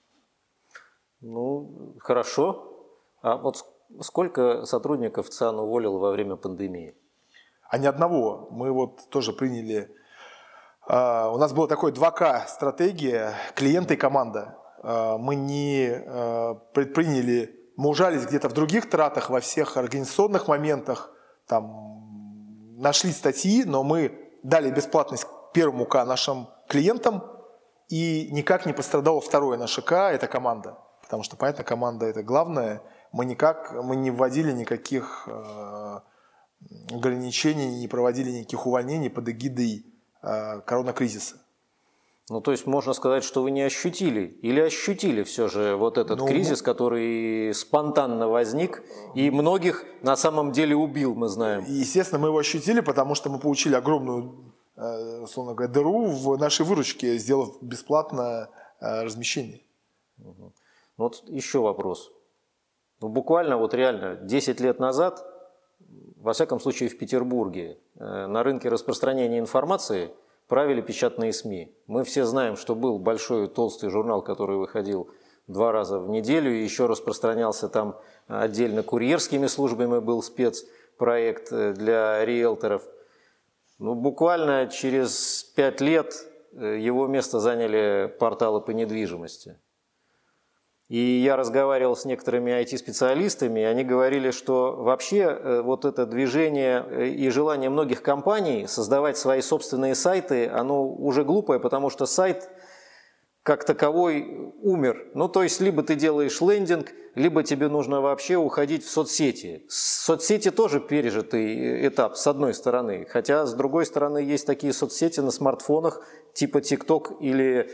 Ну, хорошо. А вот сколько сотрудников ЦИАН уволил во время пандемии? А ни одного. Мы вот тоже приняли... У нас была такой 2К стратегия, клиенты и команда. Мы не предприняли... Мы ужались где-то в других тратах, во всех организационных моментах. Там нашли статьи, но мы дали бесплатность первому К нашим клиентам. И никак не пострадало второе наше К, это команда. Потому что, понятно, команда это главное. Мы не вводили никаких ограничений, не проводили никаких увольнений под эгидой коронакризиса. Ну, то есть можно сказать, что вы не ощутили или ощутили все же вот этот кризис, который спонтанно возник и многих на самом деле убил, мы знаем. Естественно, мы его ощутили, потому что мы получили огромную, условно говоря, дыру в нашей выручке, сделав бесплатное размещение. Вот еще вопрос. Ну, буквально вот реально 10 лет назад, во всяком случае в Петербурге, на рынке распространения информации правили печатные СМИ. Мы все знаем, что был большой толстый журнал, который выходил 2 раза в неделю, и еще распространялся там отдельно курьерскими службами, был спецпроект для риэлторов. Ну, буквально через 5 лет его место заняли порталы по недвижимости. И я разговаривал с некоторыми IT-специалистами, и они говорили, что вообще вот это движение и желание многих компаний создавать свои собственные сайты, оно уже глупое, потому что сайт как таковой умер. Ну, то есть, либо ты делаешь лендинг, либо тебе нужно вообще уходить в соцсети. Соцсети тоже пережитый этап, с одной стороны. Хотя, с другой стороны, есть такие соцсети на смартфонах, типа TikTok или,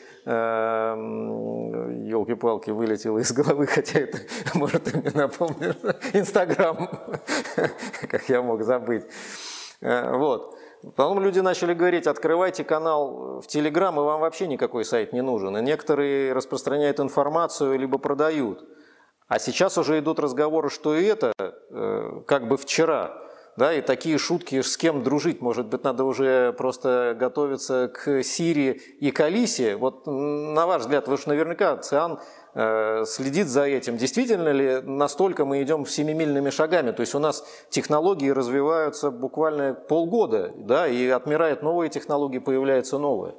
елки-палки, вылетело из головы, хотя это, может, ты мне напомнишь, Инстаграм, как я мог забыть. Вот. Потом люди начали говорить, открывайте канал в Telegram, и вам вообще никакой сайт не нужен. И некоторые распространяют информацию, либо продают. А сейчас уже идут разговоры, что и это как бы вчера. Да, и такие шутки, с кем дружить, может быть, надо уже просто готовиться к Сири и к Алисе. Вот на ваш взгляд, вы же наверняка, Циан, следит за этим. Действительно ли настолько мы идем семимильными шагами? То есть у нас технологии развиваются буквально полгода, да, и отмирают новые технологии, появляются новые.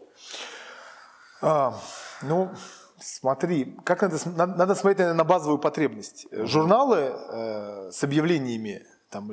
Ну, смотри, как надо смотреть, наверное, на базовую потребность. Журналы с объявлениями, там,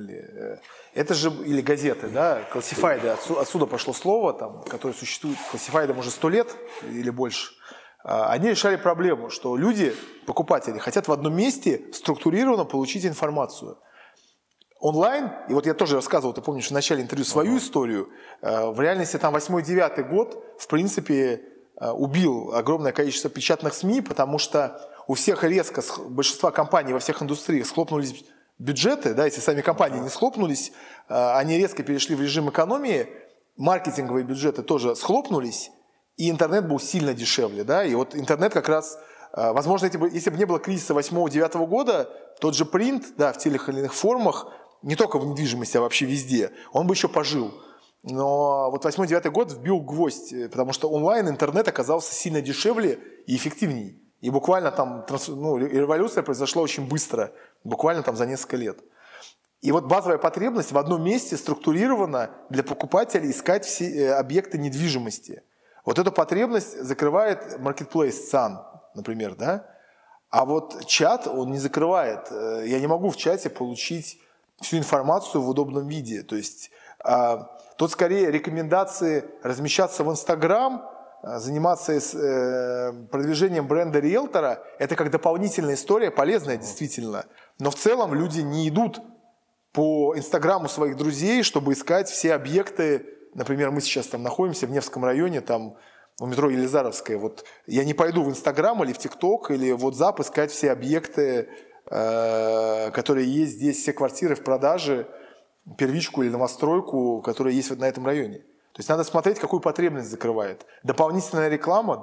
или газеты, да, классифайды, отсюда пошло слово, там, которое существует классифайдом уже 100 лет или больше. Они решали проблему, что люди, покупатели, хотят в одном месте структурированно получить информацию. Онлайн, и вот я тоже рассказывал, ты помнишь, в начале интервью свою историю, в реальности там 8-9 год, в принципе, убил огромное количество печатных СМИ, потому что у всех резко, большинства компаний во всех индустриях схлопнулись бюджеты, да, если сами компании не схлопнулись, они резко перешли в режим экономии, маркетинговые бюджеты тоже схлопнулись, и интернет был сильно дешевле, да, и вот интернет как раз, возможно, если бы не было кризиса 8-9 года, тот же принт, да, в тех или иных формах, не только в недвижимости, а вообще везде, он бы еще пожил. Но вот 8-9 год вбил гвоздь, потому что онлайн интернет оказался сильно дешевле и эффективнее. И буквально там революция произошла очень быстро, буквально там за несколько лет. И вот базовая потребность в одном месте структурирована для покупателей искать все объекты недвижимости. Вот эту потребность закрывает Marketplace Циан, например, да? А вот чат он не закрывает. Я не могу в чате получить всю информацию в удобном виде. То есть тут скорее рекомендации размещаться в Инстаграм, заниматься продвижением бренда риэлтора, это как дополнительная история, полезная действительно. Но в целом люди не идут по Инстаграму своих друзей, чтобы искать все объекты. Например, мы сейчас там находимся в Невском районе, там у метро Елизаровская. Вот я не пойду в Инстаграм или в ТикТок или в WhatsApp искать все объекты, которые есть здесь, все квартиры в продаже, первичку или новостройку, которая есть на этом районе. То есть надо смотреть, какую потребность закрывает. Дополнительная реклама,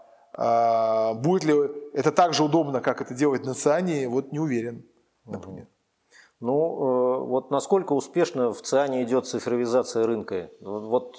да. Будет ли это так же удобно, как это делать на Циане, вот не уверен, например. Ну, вот насколько успешно в Циане идет цифровизация рынка, вот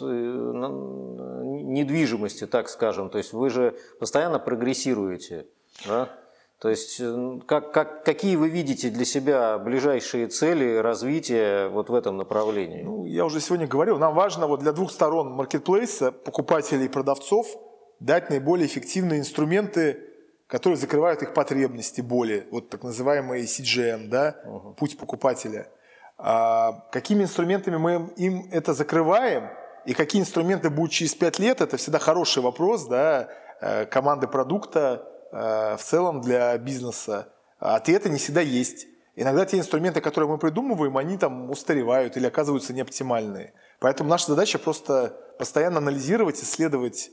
недвижимости, так скажем, то есть вы же постоянно прогрессируете, да? То есть какие вы видите для себя ближайшие цели развития вот в этом направлении? Ну, я уже сегодня говорил, нам важно вот для двух сторон маркетплейса, покупателей и продавцов, дать наиболее эффективные инструменты, которые закрывают их потребности, боли, вот так называемый CGM, да, путь покупателя. Какими инструментами мы им это закрываем, и какие инструменты будут через 5 лет, это всегда хороший вопрос, да, команды продукта в целом для бизнеса. Ответы не всегда есть. Иногда те инструменты, которые мы придумываем, они там устаревают или оказываются неоптимальные. Поэтому наша задача просто постоянно анализировать, исследовать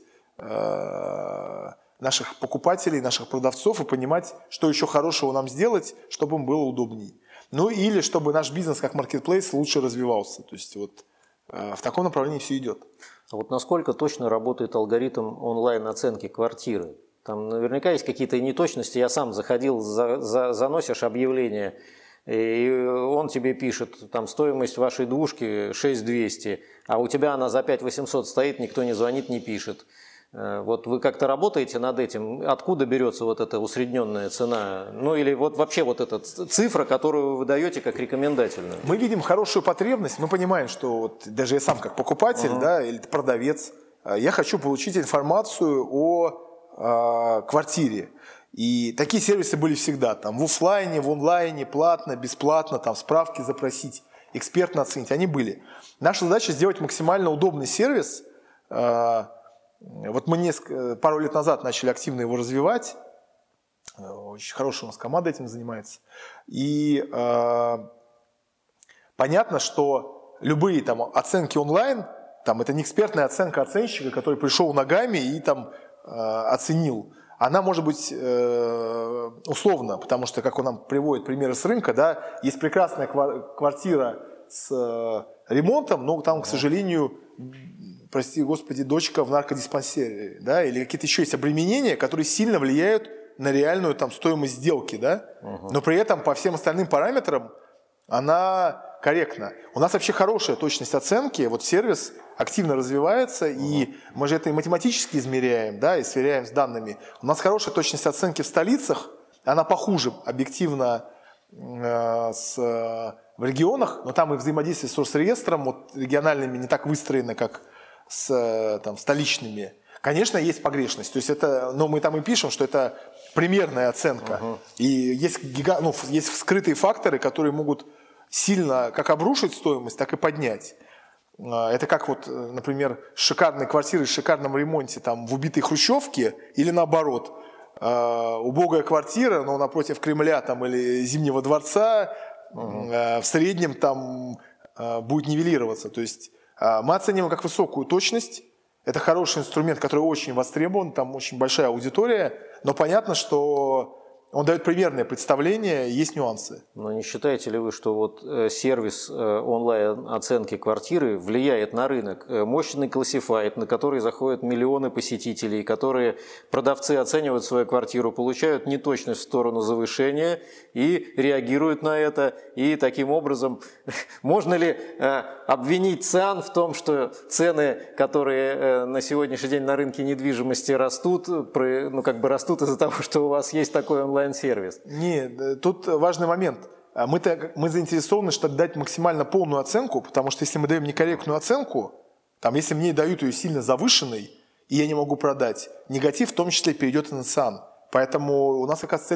наших покупателей, наших продавцов и понимать, что еще хорошего нам сделать, чтобы им было удобней. Ну или чтобы наш бизнес как маркетплейс лучше развивался. То есть вот в таком направлении все идет. А вот насколько точно работает алгоритм онлайн-оценки квартиры? Там наверняка есть какие-то неточности. Я сам заходил, заносишь объявление, и он тебе пишет, там стоимость вашей двушки 6200, а у тебя она за 5800 стоит, никто не звонит, не пишет. Вот вы как-то работаете над этим? Откуда берется вот эта усредненная цена? Ну или вот вообще вот эта цифра, которую вы выдаете как рекомендательную? Мы видим хорошую потребность, мы понимаем, что вот даже я сам как покупатель, да, или продавец, я хочу получить информацию о квартире. И такие сервисы были всегда, там в офлайне, в онлайне, платно, бесплатно, там справки запросить, экспертно оценить, они были. Наша задача сделать максимально удобный сервис, Вот мы пару лет назад начали активно его развивать. Очень хорошая у нас команда этим занимается. И понятно, что любые там оценки онлайн, там, это не экспертная оценка оценщика, который пришел ногами и там оценил. Она может быть условна, потому что, как он нам приводит примеры с рынка, да, есть прекрасная квартира с ремонтом, но там, к сожалению, прости господи, дочка в наркодиспансере, да, или какие-то еще есть обременения, которые сильно влияют на реальную там стоимость сделки, да, но при этом по всем остальным параметрам она корректна. У нас вообще хорошая точность оценки, вот сервис активно развивается, и мы же это и математически измеряем, да, и сверяем с данными. У нас хорошая точность оценки в столицах, она похуже объективно в регионах, но там и взаимодействие с Росреестром вот, региональными не так выстроено, как с там, столичными. Конечно, есть погрешность, то есть это, но мы там и пишем, что это примерная оценка. И есть, есть скрытые факторы, которые могут сильно как обрушить стоимость, так и поднять. Это как вот, например, шикарные квартиры в шикарном ремонте там, в убитой хрущевке или наоборот. Убогая квартира, но напротив Кремля там, или Зимнего дворца в среднем там будет нивелироваться. То есть мы оцениваем как высокую точность. Это хороший инструмент, который очень востребован, там очень большая аудитория, но понятно, что он дает примерное представление, есть нюансы. Но не считаете ли вы, что вот сервис онлайн-оценки квартиры влияет на рынок? Мощный классифайд, на который заходят миллионы посетителей, которые продавцы оценивают свою квартиру, получают неточность в сторону завышения и реагируют на это. И таким образом, можно ли обвинить ЦИАН в том, что цены, которые на сегодняшний день на рынке недвижимости растут, растут из-за того, что у вас есть такой онлайн-сервис? Нет, тут важный момент. Мы заинтересованы, чтобы дать максимально полную оценку, потому что если мы даем некорректную оценку, там, если мне дают ее сильно завышенной, и я не могу продать, негатив в том числе перейдет и на ЦИАН. Поэтому у нас как раз цель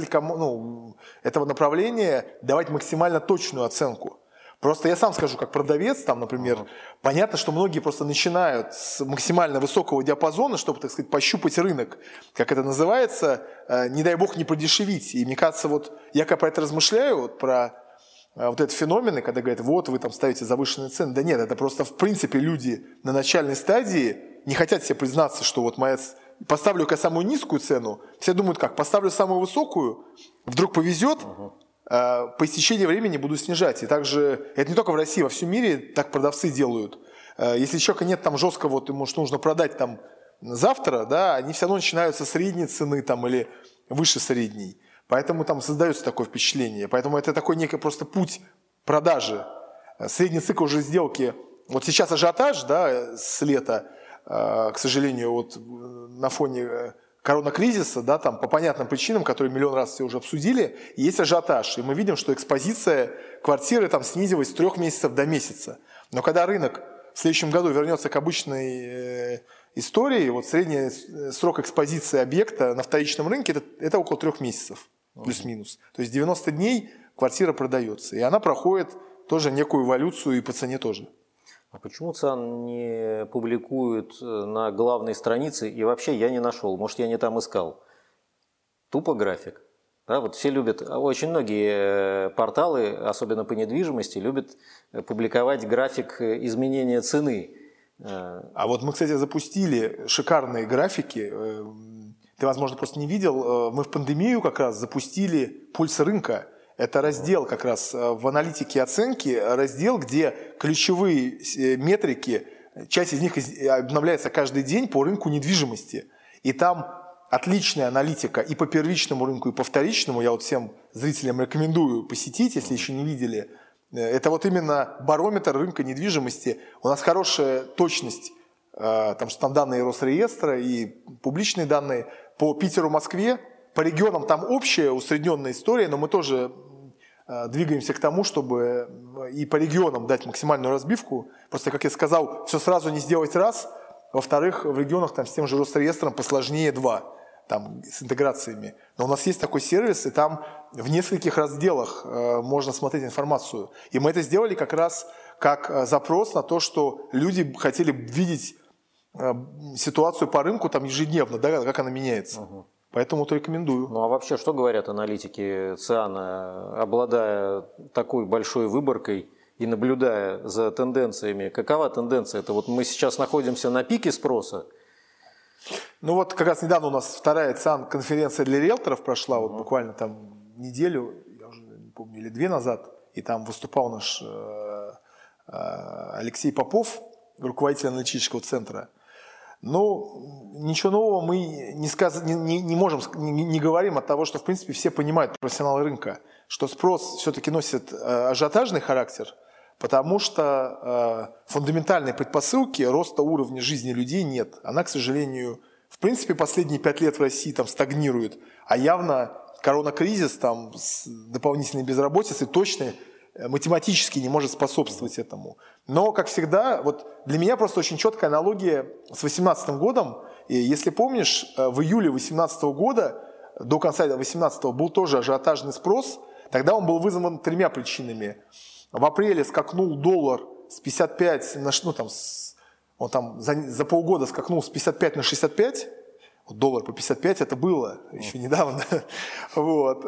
этого направления давать максимально точную оценку. Просто я сам скажу, как продавец, там, например, понятно, что многие просто начинают с максимально высокого диапазона, чтобы, так сказать, пощупать рынок, как это называется, не дай бог не продешевить. И мне кажется, вот я как про это размышляю, вот про вот этот феномен, когда говорят, вот вы там ставите завышенные цены. Да нет, это просто в принципе люди на начальной стадии не хотят себе признаться, что вот поставлю-ка самую низкую цену, все думают как, поставлю самую высокую, вдруг повезет, по истечении времени буду снижать. И также, это не только в России, во всем мире так продавцы делают. Если человека нет там жестко, вот ему нужно продать там завтра, да, они все равно начинают со средней цены там, или выше средней. Поэтому там создается такое впечатление. Поэтому это такой некий просто путь продажи. Средний цикл уже сделки. Вот сейчас ажиотаж, да, с лета, к сожалению, вот на фоне коронакризиса, да, там по понятным причинам, которые миллион раз все уже обсудили, есть ажиотаж. И мы видим, что экспозиция квартиры там снизилась с 3 месяцев до месяца. Но когда рынок в следующем году вернется к обычной истории, вот средний срок экспозиции объекта на вторичном рынке это около 3 месяцев, плюс-минус. То есть 90 дней квартира продается. И она проходит тоже некую эволюцию и по цене тоже. А почему ЦИАН не публикует на главной странице, и вообще я не нашел, может, я не там искал, тупо график? Да, вот все любят, очень многие порталы, особенно по недвижимости, любят публиковать график изменения цены. А вот мы, кстати, запустили шикарные графики. Ты, возможно, просто не видел. Мы в пандемию как раз запустили пульс рынка. Это раздел как раз в аналитике оценки, раздел, где ключевые метрики, часть из них обновляется каждый день по рынку недвижимости. И там отличная аналитика и по первичному рынку, и по вторичному. Я вот всем зрителям рекомендую посетить, если еще не видели. Это вот именно барометр рынка недвижимости. У нас хорошая точность, там что там данные Росреестра и публичные данные по Питеру, Москве. По регионам там общая усредненная история, но мы тоже двигаемся к тому, чтобы и по регионам дать максимальную разбивку. Просто, как я сказал, все сразу не сделать раз. Во-вторых, в регионах там с тем же Росреестром посложнее 2, там, с интеграциями. Но у нас есть такой сервис, и там в нескольких разделах можно смотреть информацию. И мы это сделали как раз как запрос на то, что люди хотели видеть ситуацию по рынку там ежедневно, да, как она меняется. Поэтому вот рекомендую. Ну а вообще, что говорят аналитики ЦИАНа, обладая такой большой выборкой и наблюдая за тенденциями? Какова тенденция? Это вот мы сейчас находимся на пике спроса? Ну вот как раз недавно у нас вторая ЦИАН-конференция для риэлторов прошла, вот буквально там неделю, я уже не помню, или 2 назад, и там выступал наш Алексей Попов, руководитель аналитического центра. Но ничего нового мы не можем, не говорим от того, что в принципе все понимают, профессионалы рынка, что спрос все-таки носит ажиотажный характер, потому что фундаментальной предпосылки роста уровня жизни людей нет. Она, к сожалению, в принципе последние 5 лет в России там стагнирует, а явно коронакризис там, с дополнительной безработицей точно математически не может способствовать этому. Но, как всегда, вот для меня просто очень четкая аналогия с 2018 годом. И если помнишь, в июле 2018 года, до конца 2018 был тоже ажиотажный спрос. Тогда он был вызван 3 причинами. В апреле скакнул доллар с 55, он там за полгода скакнул с 55 на 65. Вот доллар по 55 это было еще недавно. Вот.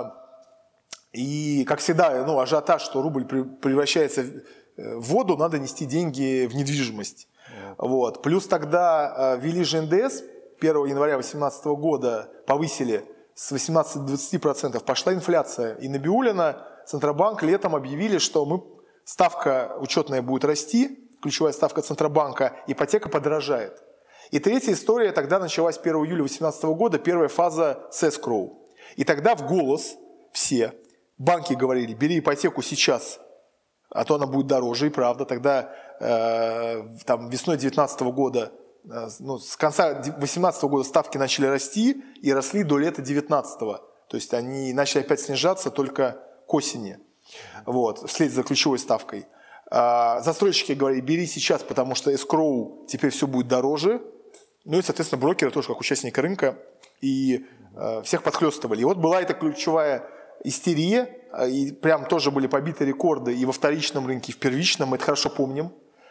И, как всегда, ажиотаж, что рубль превращается в воду, надо нести деньги в недвижимость. Вот. Плюс тогда ввели же НДС, 1 января 2018 года повысили с 18 до 20%, пошла инфляция. И Набиуллина, Центробанк летом объявили, что ставка учетная будет расти, ключевая ставка Центробанка, ипотека подорожает. И третья история тогда началась 1 июля 2018 года, первая фаза с escrow. И тогда в голос все банки говорили: бери ипотеку сейчас, а то она будет дороже, и правда. Тогда там, весной 2019 года, с конца 2018 года ставки начали расти и росли до лета 2019. То есть они начали опять снижаться только к осени, вот, вслед за ключевой ставкой. Застройщики говорили: бери сейчас, потому что escrow теперь все будет дороже. Ну и, соответственно, брокеры тоже как участники рынка и всех подхлестывали. И вот была эта ключевая истерия, и прям тоже были побиты рекорды и во вторичном рынке, и в первичном, мы это хорошо помним.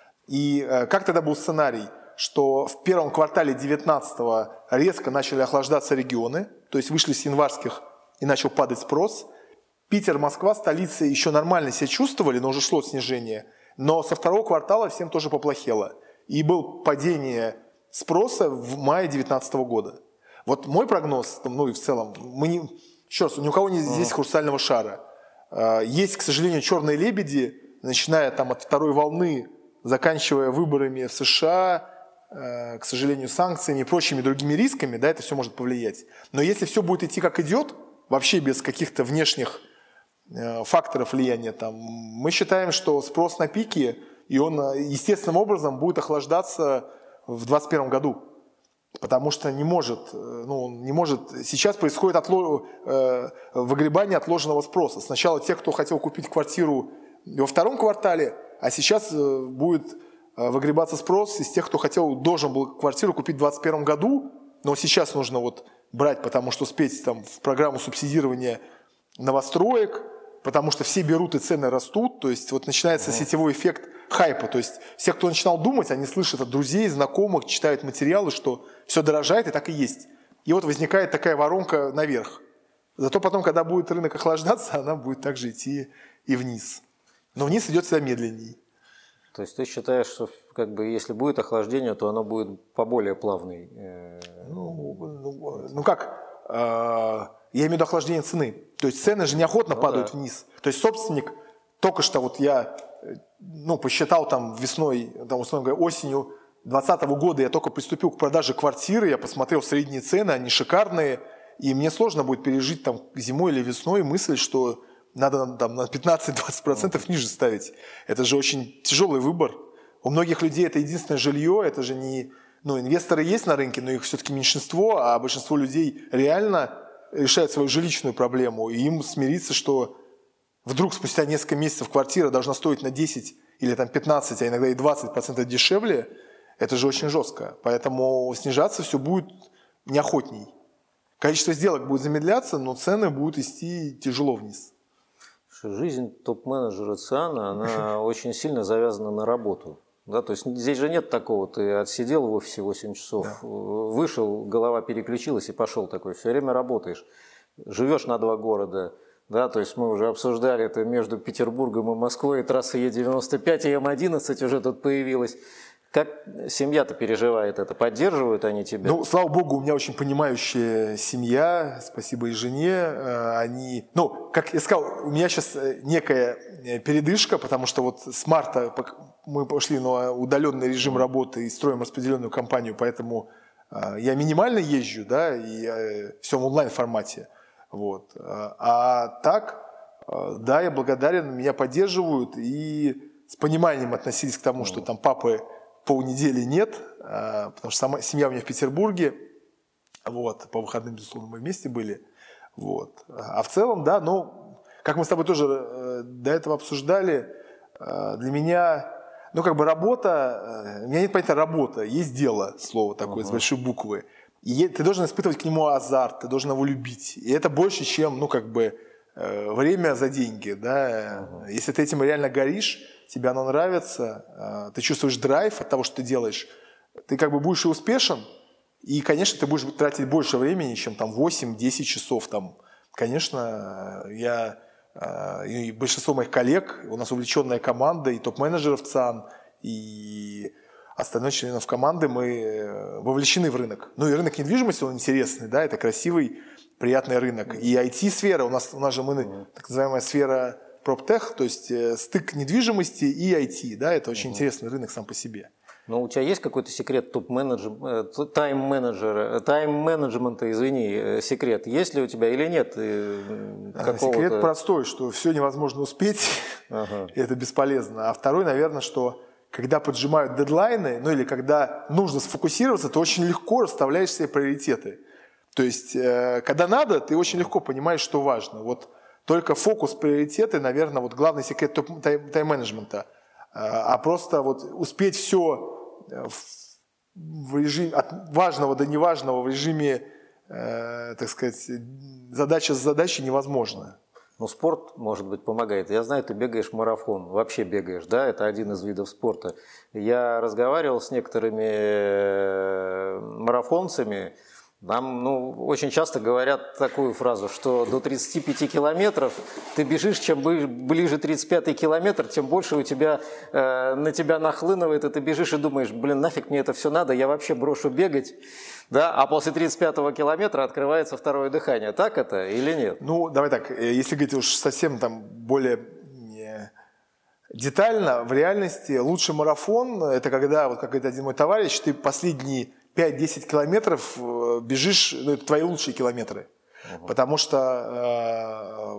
И как тогда был сценарий, что в первом квартале 2019 резко начали охлаждаться регионы, то есть вышли с январских и начал падать спрос. Питер, Москва, столицы еще нормально себя чувствовали, но уже шло снижение. Но со второго квартала всем тоже поплохело. И было падение спроса в мае 2019 года. Вот мой прогноз, ну и в целом, еще раз, ни у кого нет здесь хрустального шара. Есть, к сожалению, черные лебеди, начиная там от второй волны, заканчивая выборами в США, к сожалению, санкциями и прочими другими рисками, да, это все может повлиять. Но если все будет идти как идет, вообще без каких-то внешних факторов влияния, там, мы считаем, что спрос на пике, и он естественным образом будет охлаждаться в 2021 году. Потому что не может. Сейчас происходит выгребание отложенного спроса. Сначала те, кто хотел купить квартиру во втором квартале, а сейчас будет выгребаться спрос из тех, кто должен был квартиру купить в 2021 году, но сейчас нужно брать, потому что успеть там в программу субсидирования новостроек, потому что все берут и цены растут, то есть начинается сетевой эффект хайпа, то есть все, кто начинал думать, они слышат от друзей, знакомых, читают материалы, что все дорожает, и так и есть. И возникает такая воронка наверх. Зато потом, когда будет рынок охлаждаться, она будет также идти и вниз. Но вниз идет всегда медленней. То есть ты считаешь, что если будет охлаждение, то оно будет поболее плавной? Я имею в виду охлаждение цены. То есть цены же неохотно падают вниз. То есть собственник, только что я посчитал там весной, условно говоря, осенью 2020 года я только приступил к продаже квартиры, я посмотрел средние цены, они шикарные, и мне сложно будет пережить там зимой или весной мысль, что надо там на 15-20% ниже ставить. Это же очень тяжелый выбор. У многих людей это единственное жилье, это же не... инвесторы есть на рынке, но их все-таки меньшинство, а большинство людей реально решают свою жилищную проблему, и им смириться, что вдруг спустя несколько месяцев квартира должна стоить на 10 или там 15, а иногда и 20% дешевле, это же очень жестко. Поэтому снижаться все будет неохотней. Количество сделок будет замедляться, но цены будут идти тяжело вниз. Жизнь топ-менеджера ЦИАНа, она очень сильно завязана на работу. Да, то есть здесь же нет такого, ты отсидел в офисе 8 часов, да. Вышел, голова переключилась и пошел такой, все время работаешь, живешь на 2 города, да, то есть мы уже обсуждали это между Петербургом и Москвой, трасса Е95 и М11 уже тут появилась. Как семья-то переживает это? Поддерживают они тебя? Ну, слава богу, у меня очень понимающая семья, спасибо и жене. Они, ну, как я сказал, у меня сейчас некая передышка, потому что вот с марта мы пошли на удаленный режим работы и строим распределенную компанию, поэтому я минимально езжу, да, и все в онлайн-формате. Вот. А так, да, я благодарен, меня поддерживают и с пониманием относились к тому, что там папы полнедели нет, потому что сама семья у меня в Петербурге, вот, по выходным, безусловно, мы вместе были, вот. А в целом, да, ну, как мы с тобой тоже до этого обсуждали, для меня, ну, как бы работа, у меня нет понятия работа, есть дело, слово такое, с большой буквы, и ты должен испытывать к нему азарт, ты должен его любить, и это больше, чем, ну, как бы, время за деньги, да, если ты этим реально горишь, тебе оно нравится, ты чувствуешь драйв от того, что ты делаешь, ты как бы будешь и успешен, и, конечно, ты будешь тратить больше времени, чем там 8-10 часов. Там. Конечно, я и большинство моих коллег, у нас увлеченная команда, и топ-менеджеров ЦАН, и остальных членов команды, мы вовлечены в рынок. Ну и рынок недвижимости, он интересный, да, это красивый, приятный рынок. И IT-сфера, у нас же мы, так называемая сфера PropTech, то есть стык недвижимости и IT, да, это очень интересный рынок сам по себе. Но у тебя есть какой-то секрет тайм-менеджмента, извини, секрет, есть ли у тебя или нет? Секрет простой, что все невозможно успеть, и это бесполезно. А второй, наверное, что когда поджимают дедлайны, ну или когда нужно сфокусироваться, ты очень легко расставляешь себе приоритеты. То есть, когда надо, ты очень легко понимаешь, что важно. Вот только фокус, приоритеты, наверное, вот главный секрет тайм-менеджмента. А просто вот успеть все в режиме от важного до неважного в режиме, так сказать, задача с задачей невозможно. Ну, спорт, может быть, помогает. Я знаю, ты бегаешь марафон, вообще бегаешь, да, это один из видов спорта. Я разговаривал с некоторыми марафонцами, нам очень часто говорят такую фразу, что до 35 километров ты бежишь, чем ближе 35-й километр, тем больше у тебя, на тебя нахлынывает, и ты бежишь и думаешь, блин, нафиг мне это все надо, я вообще брошу бегать. Да? А после 35-го километра открывается второе дыхание. Так это или нет? Ну, давай так, если говорить уж совсем там более детально, в реальности лучший марафон, это когда, вот как говорит один мой товарищ, ты последние 5-10 километров бежишь, ну, это твои лучшие километры. Потому что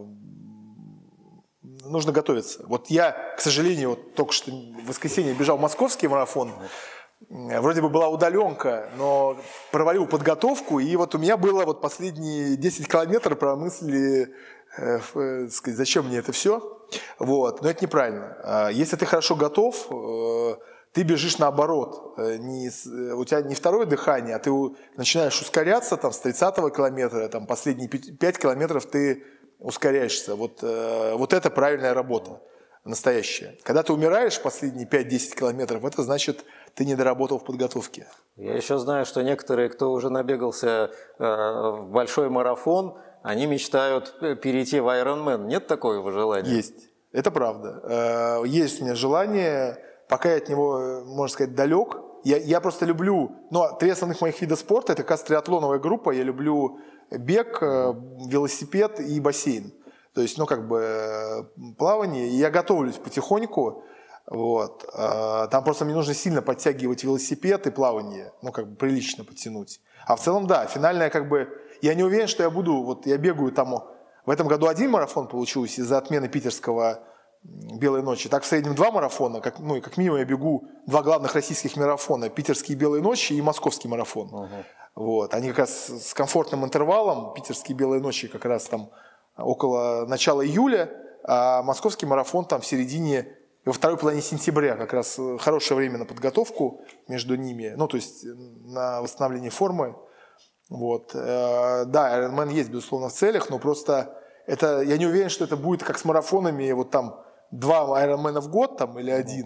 нужно готовиться. Вот я, к сожалению, вот только что в воскресенье бежал московский марафон. Вроде бы была удаленка, но провалил подготовку. И вот у меня было вот последние 10 километров про мысли, сказать, зачем мне это все. Вот. Но это неправильно. Если ты хорошо готов, ты бежишь наоборот, у тебя не второе дыхание, а ты начинаешь ускоряться там, с 30-го километра, там, последние 5 километров ты ускоряешься. Вот это правильная работа, настоящая. Когда ты умираешь последние 5-10 километров, это значит, ты не доработал в подготовке. Я еще знаю, что некоторые, кто уже набегался в большой марафон, они мечтают перейти в Ironman. Нет такого желания? Есть, это правда. Есть у меня желание. Пока я от него, можно сказать, далек. Я просто люблю... Ну, 3 основных моих вида спорта – это как раз триатлоновая группа. Я люблю бег, велосипед и бассейн. То есть, ну, как бы плавание. И я готовлюсь потихоньку. Вот. Там просто мне нужно сильно подтягивать велосипед и плавание. Ну, как бы прилично подтянуть. А в целом, да, финальная как бы... Я не уверен, что я буду... Вот я бегаю там... В этом году 1 марафон получился из-за отмены питерского... «Белой ночи». Так в среднем 2 марафона, как минимум я бегу 2 главных российских марафона, питерские «Белые ночи» и московский марафон. Вот. Они как раз с комфортным интервалом, питерские «Белые ночи» как раз там около начала июля, а московский марафон там в середине, во второй половине сентября, как раз хорошее время на подготовку между ними, ну то есть на восстановление формы. Вот. Да, Ironman есть, безусловно, в целях, но просто я не уверен, что это будет как с марафонами, вот там 2 Ironman в год там, или 1,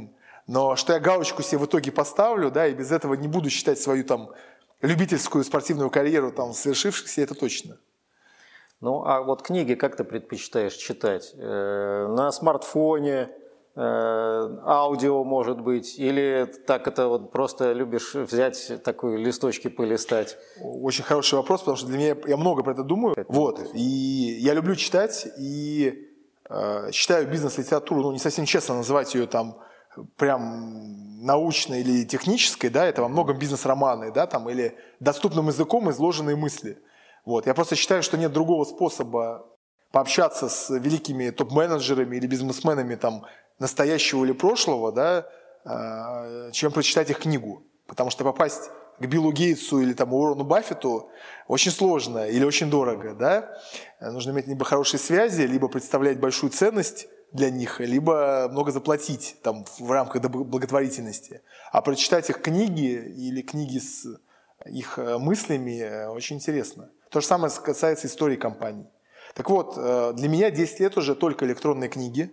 Но что я галочку себе в итоге поставлю, да, и без этого не буду считать свою там любительскую спортивную карьеру там свершившейся, это точно. Ну, а вот книги как ты предпочитаешь читать? На смартфоне, аудио, может быть, или так это вот просто любишь взять такой листочки полистать? Очень хороший вопрос, потому что для меня, я много про это думаю. Вот, и я люблю читать, и читаю бизнес-литературу, ну, не совсем честно называть ее там прям научной или технической, да, это во многом бизнес-романы, да, там, или доступным языком изложенные мысли. Вот, я просто считаю, что нет другого способа пообщаться с великими топ-менеджерами или бизнесменами там настоящего или прошлого, да, чем прочитать их книгу. Потому что попасть к Биллу Гейтсу или там Уоррену Баффету очень сложно или очень дорого, да. Нужно иметь либо хорошие связи, либо представлять большую ценность для них, либо много заплатить там в рамках благотворительности. А прочитать их книги или книги с их мыслями очень интересно. То же самое касается истории компаний. Так вот, для меня 10 лет уже только электронные книги.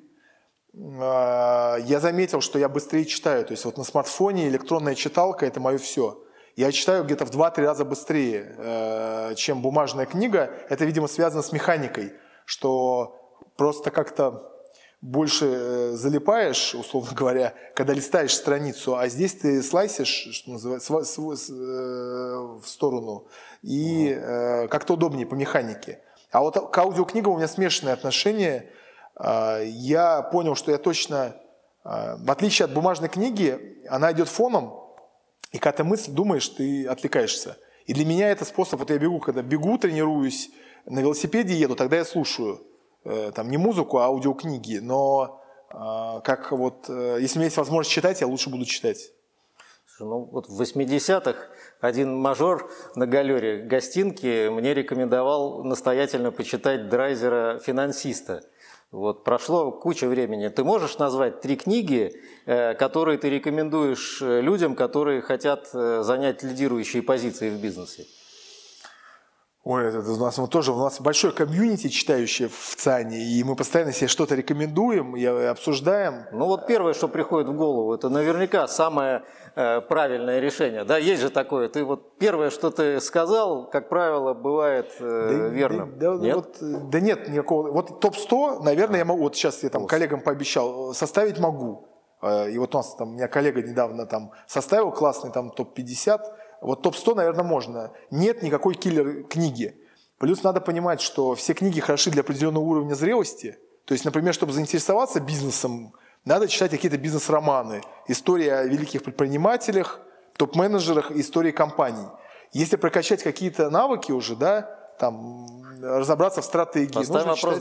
Я заметил, что я быстрее читаю. То есть вот на смартфоне электронная читалка – это мое все. Я читаю где-то в 2-3 раза быстрее, чем бумажная книга. Это, видимо, связано с механикой, что просто как-то больше залипаешь, условно говоря, когда листаешь страницу, а здесь ты слайсишь, что называется, в сторону, и как-то удобнее по механике. А вот к аудиокнигам у меня смешанное отношение. Я понял, что я точно, в отличие от бумажной книги, она идет фоном, и когда ты мысль думаешь, ты отвлекаешься. И для меня это способ, вот я бегу, когда бегу, тренируюсь, на велосипеде еду, тогда я слушаю. Там не музыку, а аудиокниги, но как вот, если у меня есть возможность читать, я лучше буду читать. Ну, вот в 80-х один мажор на галере гостинки мне рекомендовал настоятельно почитать Драйзера «Финансиста». Вот, прошло куча времени. Ты можешь назвать 3 книги, которые ты рекомендуешь людям, которые хотят занять лидирующие позиции в бизнесе? Ой, это у нас большой комьюнити читающее в ЦИАНе, и мы постоянно себе что-то рекомендуем и обсуждаем. Ну вот первое, что приходит в голову, это наверняка самое правильное решение. Да, есть же такое. Ты вот первое, что ты сказал, как правило, бывает верным. Да нет никакого. Вот топ-100, наверное, я могу. Вот сейчас я там коллегам пообещал, составить могу. И вот у меня коллега недавно там составил классный там топ-50. Вот топ-100, наверное, можно. Нет никакой киллер-книги. Плюс надо понимать, что все книги хороши для определенного уровня зрелости. То есть, например, чтобы заинтересоваться бизнесом, надо читать какие-то бизнес-романы. История о великих предпринимателях, топ-менеджерах, истории компаний. Если прокачать какие-то навыки уже, да, там, разобраться в стратегии. Поставим вопрос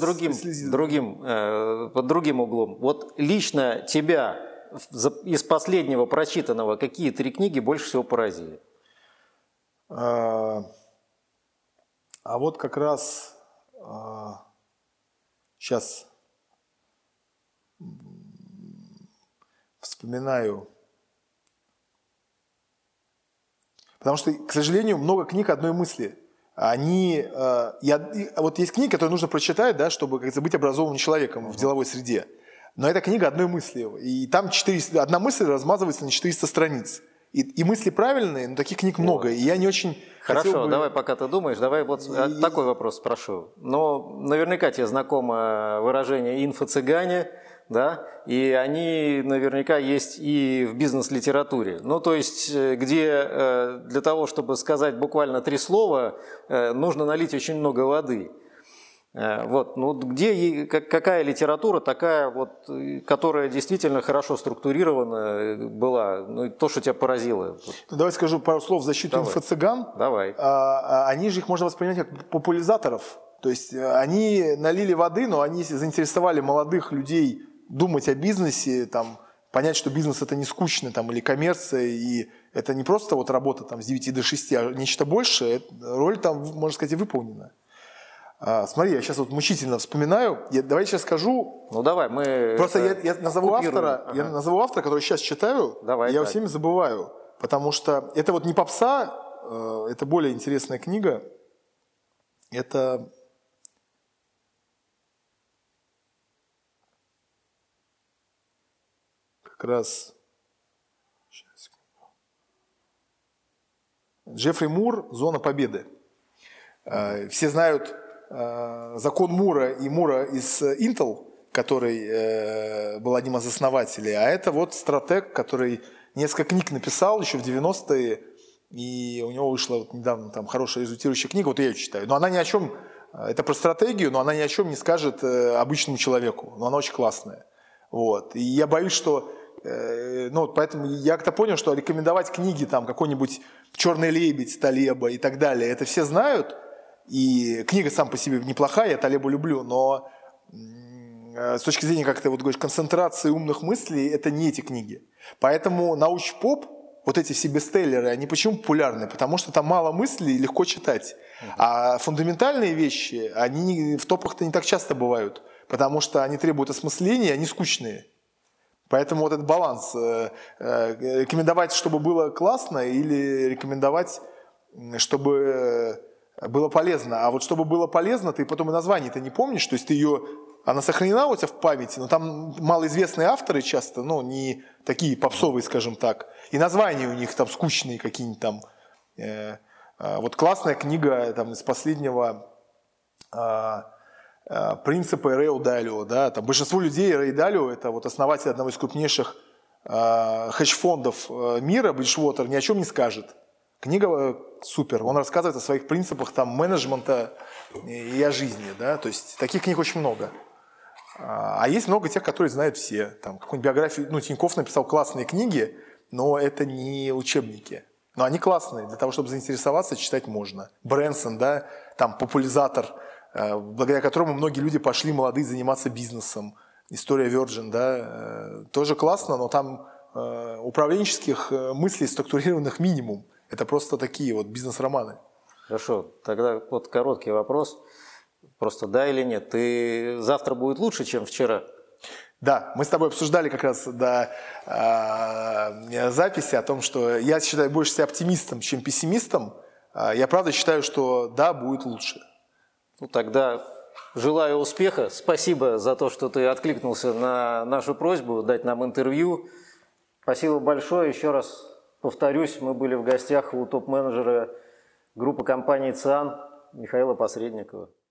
под другим углом. Вот лично тебя из последнего прочитанного какие 3 книги больше всего поразили? А вот как раз сейчас вспоминаю. Потому что, к сожалению, много книг одной мысли. Вот есть книги, которые нужно прочитать, да, чтобы быть образованным человеком в деловой среде. Но это книга одной мысли. И там одна мысль размазывается на 400 страниц. И мысли правильные, но таких книг много. И я не очень Хорошо, давай, пока ты думаешь, давай вот такой вопрос спрошу. Но наверняка тебе знакомо выражение «инфо-цыгане», да, и они наверняка есть и в бизнес-литературе. Ну, то есть, где для того, чтобы сказать буквально 3 слова, нужно налить очень много воды. Вот, ну, какая литература такая, вот, которая действительно хорошо структурирована была, ну, то, что тебя поразило? Давай скажу пару слов в защиту инфо-цыган. Давай. Они же их можно воспринимать как популяризаторов. То есть они налили воды, но они заинтересовали молодых людей думать о бизнесе, там, понять, что бизнес это не скучно там, или коммерция, и это не просто вот работа там, с 9 до 6, а нечто большее, роль там, можно сказать, и выполнена. Смотри, я сейчас вот мучительно вспоминаю. Давай я сейчас скажу. Ну давай, мы. Просто я назову автора, я назову автора, который сейчас читаю. Давай, я его всеми забываю. Потому что это вот не попса, это более интересная книга. Это как раз Джеффри Мур «Зона победы». Все знают закон Мура и Мура из Intel, который был одним из основателей. А это вот стратег, который несколько книг написал еще в 90-е, и у него вышла вот недавно там хорошая результирующая книга, вот я ее читаю. Но она ни о чем, это про стратегию, но она ни о чем не скажет обычному человеку. Но она очень классная. Вот. И я боюсь, что... Ну, поэтому я как-то понял, что рекомендовать книги, там, какой-нибудь «Черный лебедь» Талеба и так далее, это все знают, и книга сам по себе неплохая, я Талебу люблю, но с точки зрения, как ты вот говоришь, концентрации умных мыслей, это не эти книги. Поэтому науч-поп, вот эти все бестселлеры, они почему популярны? Потому что там мало мыслей и легко читать. А фундаментальные вещи, они в топах-то не так часто бывают, потому что они требуют осмысления, они скучные. Поэтому вот этот баланс, рекомендовать, чтобы было классно, или рекомендовать, чтобы было полезно. А вот чтобы было полезно, ты потом и название-то не помнишь, то есть ты ее, она сохранена у тебя в памяти, но там малоизвестные авторы часто, ну, не такие попсовые, скажем так, и названия у них там скучные какие-нибудь там. Вот классная книга там из последнего... «Принципы Рэя Далио». Да? Там большинство людей Рэй Далио, это вот основатель одного из крупнейших хедж-фондов мира, Бриджвотер, ни о чем не скажет. Книга супер. Он рассказывает о своих принципах там, менеджмента и о жизни. Да? То есть таких книг очень много. А есть много тех, которые знают все. Там, какую-нибудь биографию, ну, Тинькофф написал классные книги, но это не учебники. Но они классные. Для того, чтобы заинтересоваться, читать можно. Брэнсон, да, там популяризатор, благодаря которому многие люди пошли молодые заниматься бизнесом. История Virgin, да, тоже классно, но там управленческих мыслей структурированных минимум. Это просто такие вот бизнес-романы. Хорошо, тогда вот короткий вопрос. Просто да или нет? Ты завтра будет лучше, чем вчера? Да, мы с тобой обсуждали как раз до записи о том, что я считаю больше себя оптимистом, чем пессимистом. Я правда считаю, что да, будет лучше. Ну, тогда желаю успеха. Спасибо за то, что ты откликнулся на нашу просьбу дать нам интервью. Спасибо большое. Еще раз повторюсь, мы были в гостях у топ-менеджера группы компании ЦИАН Михаила Посредникова.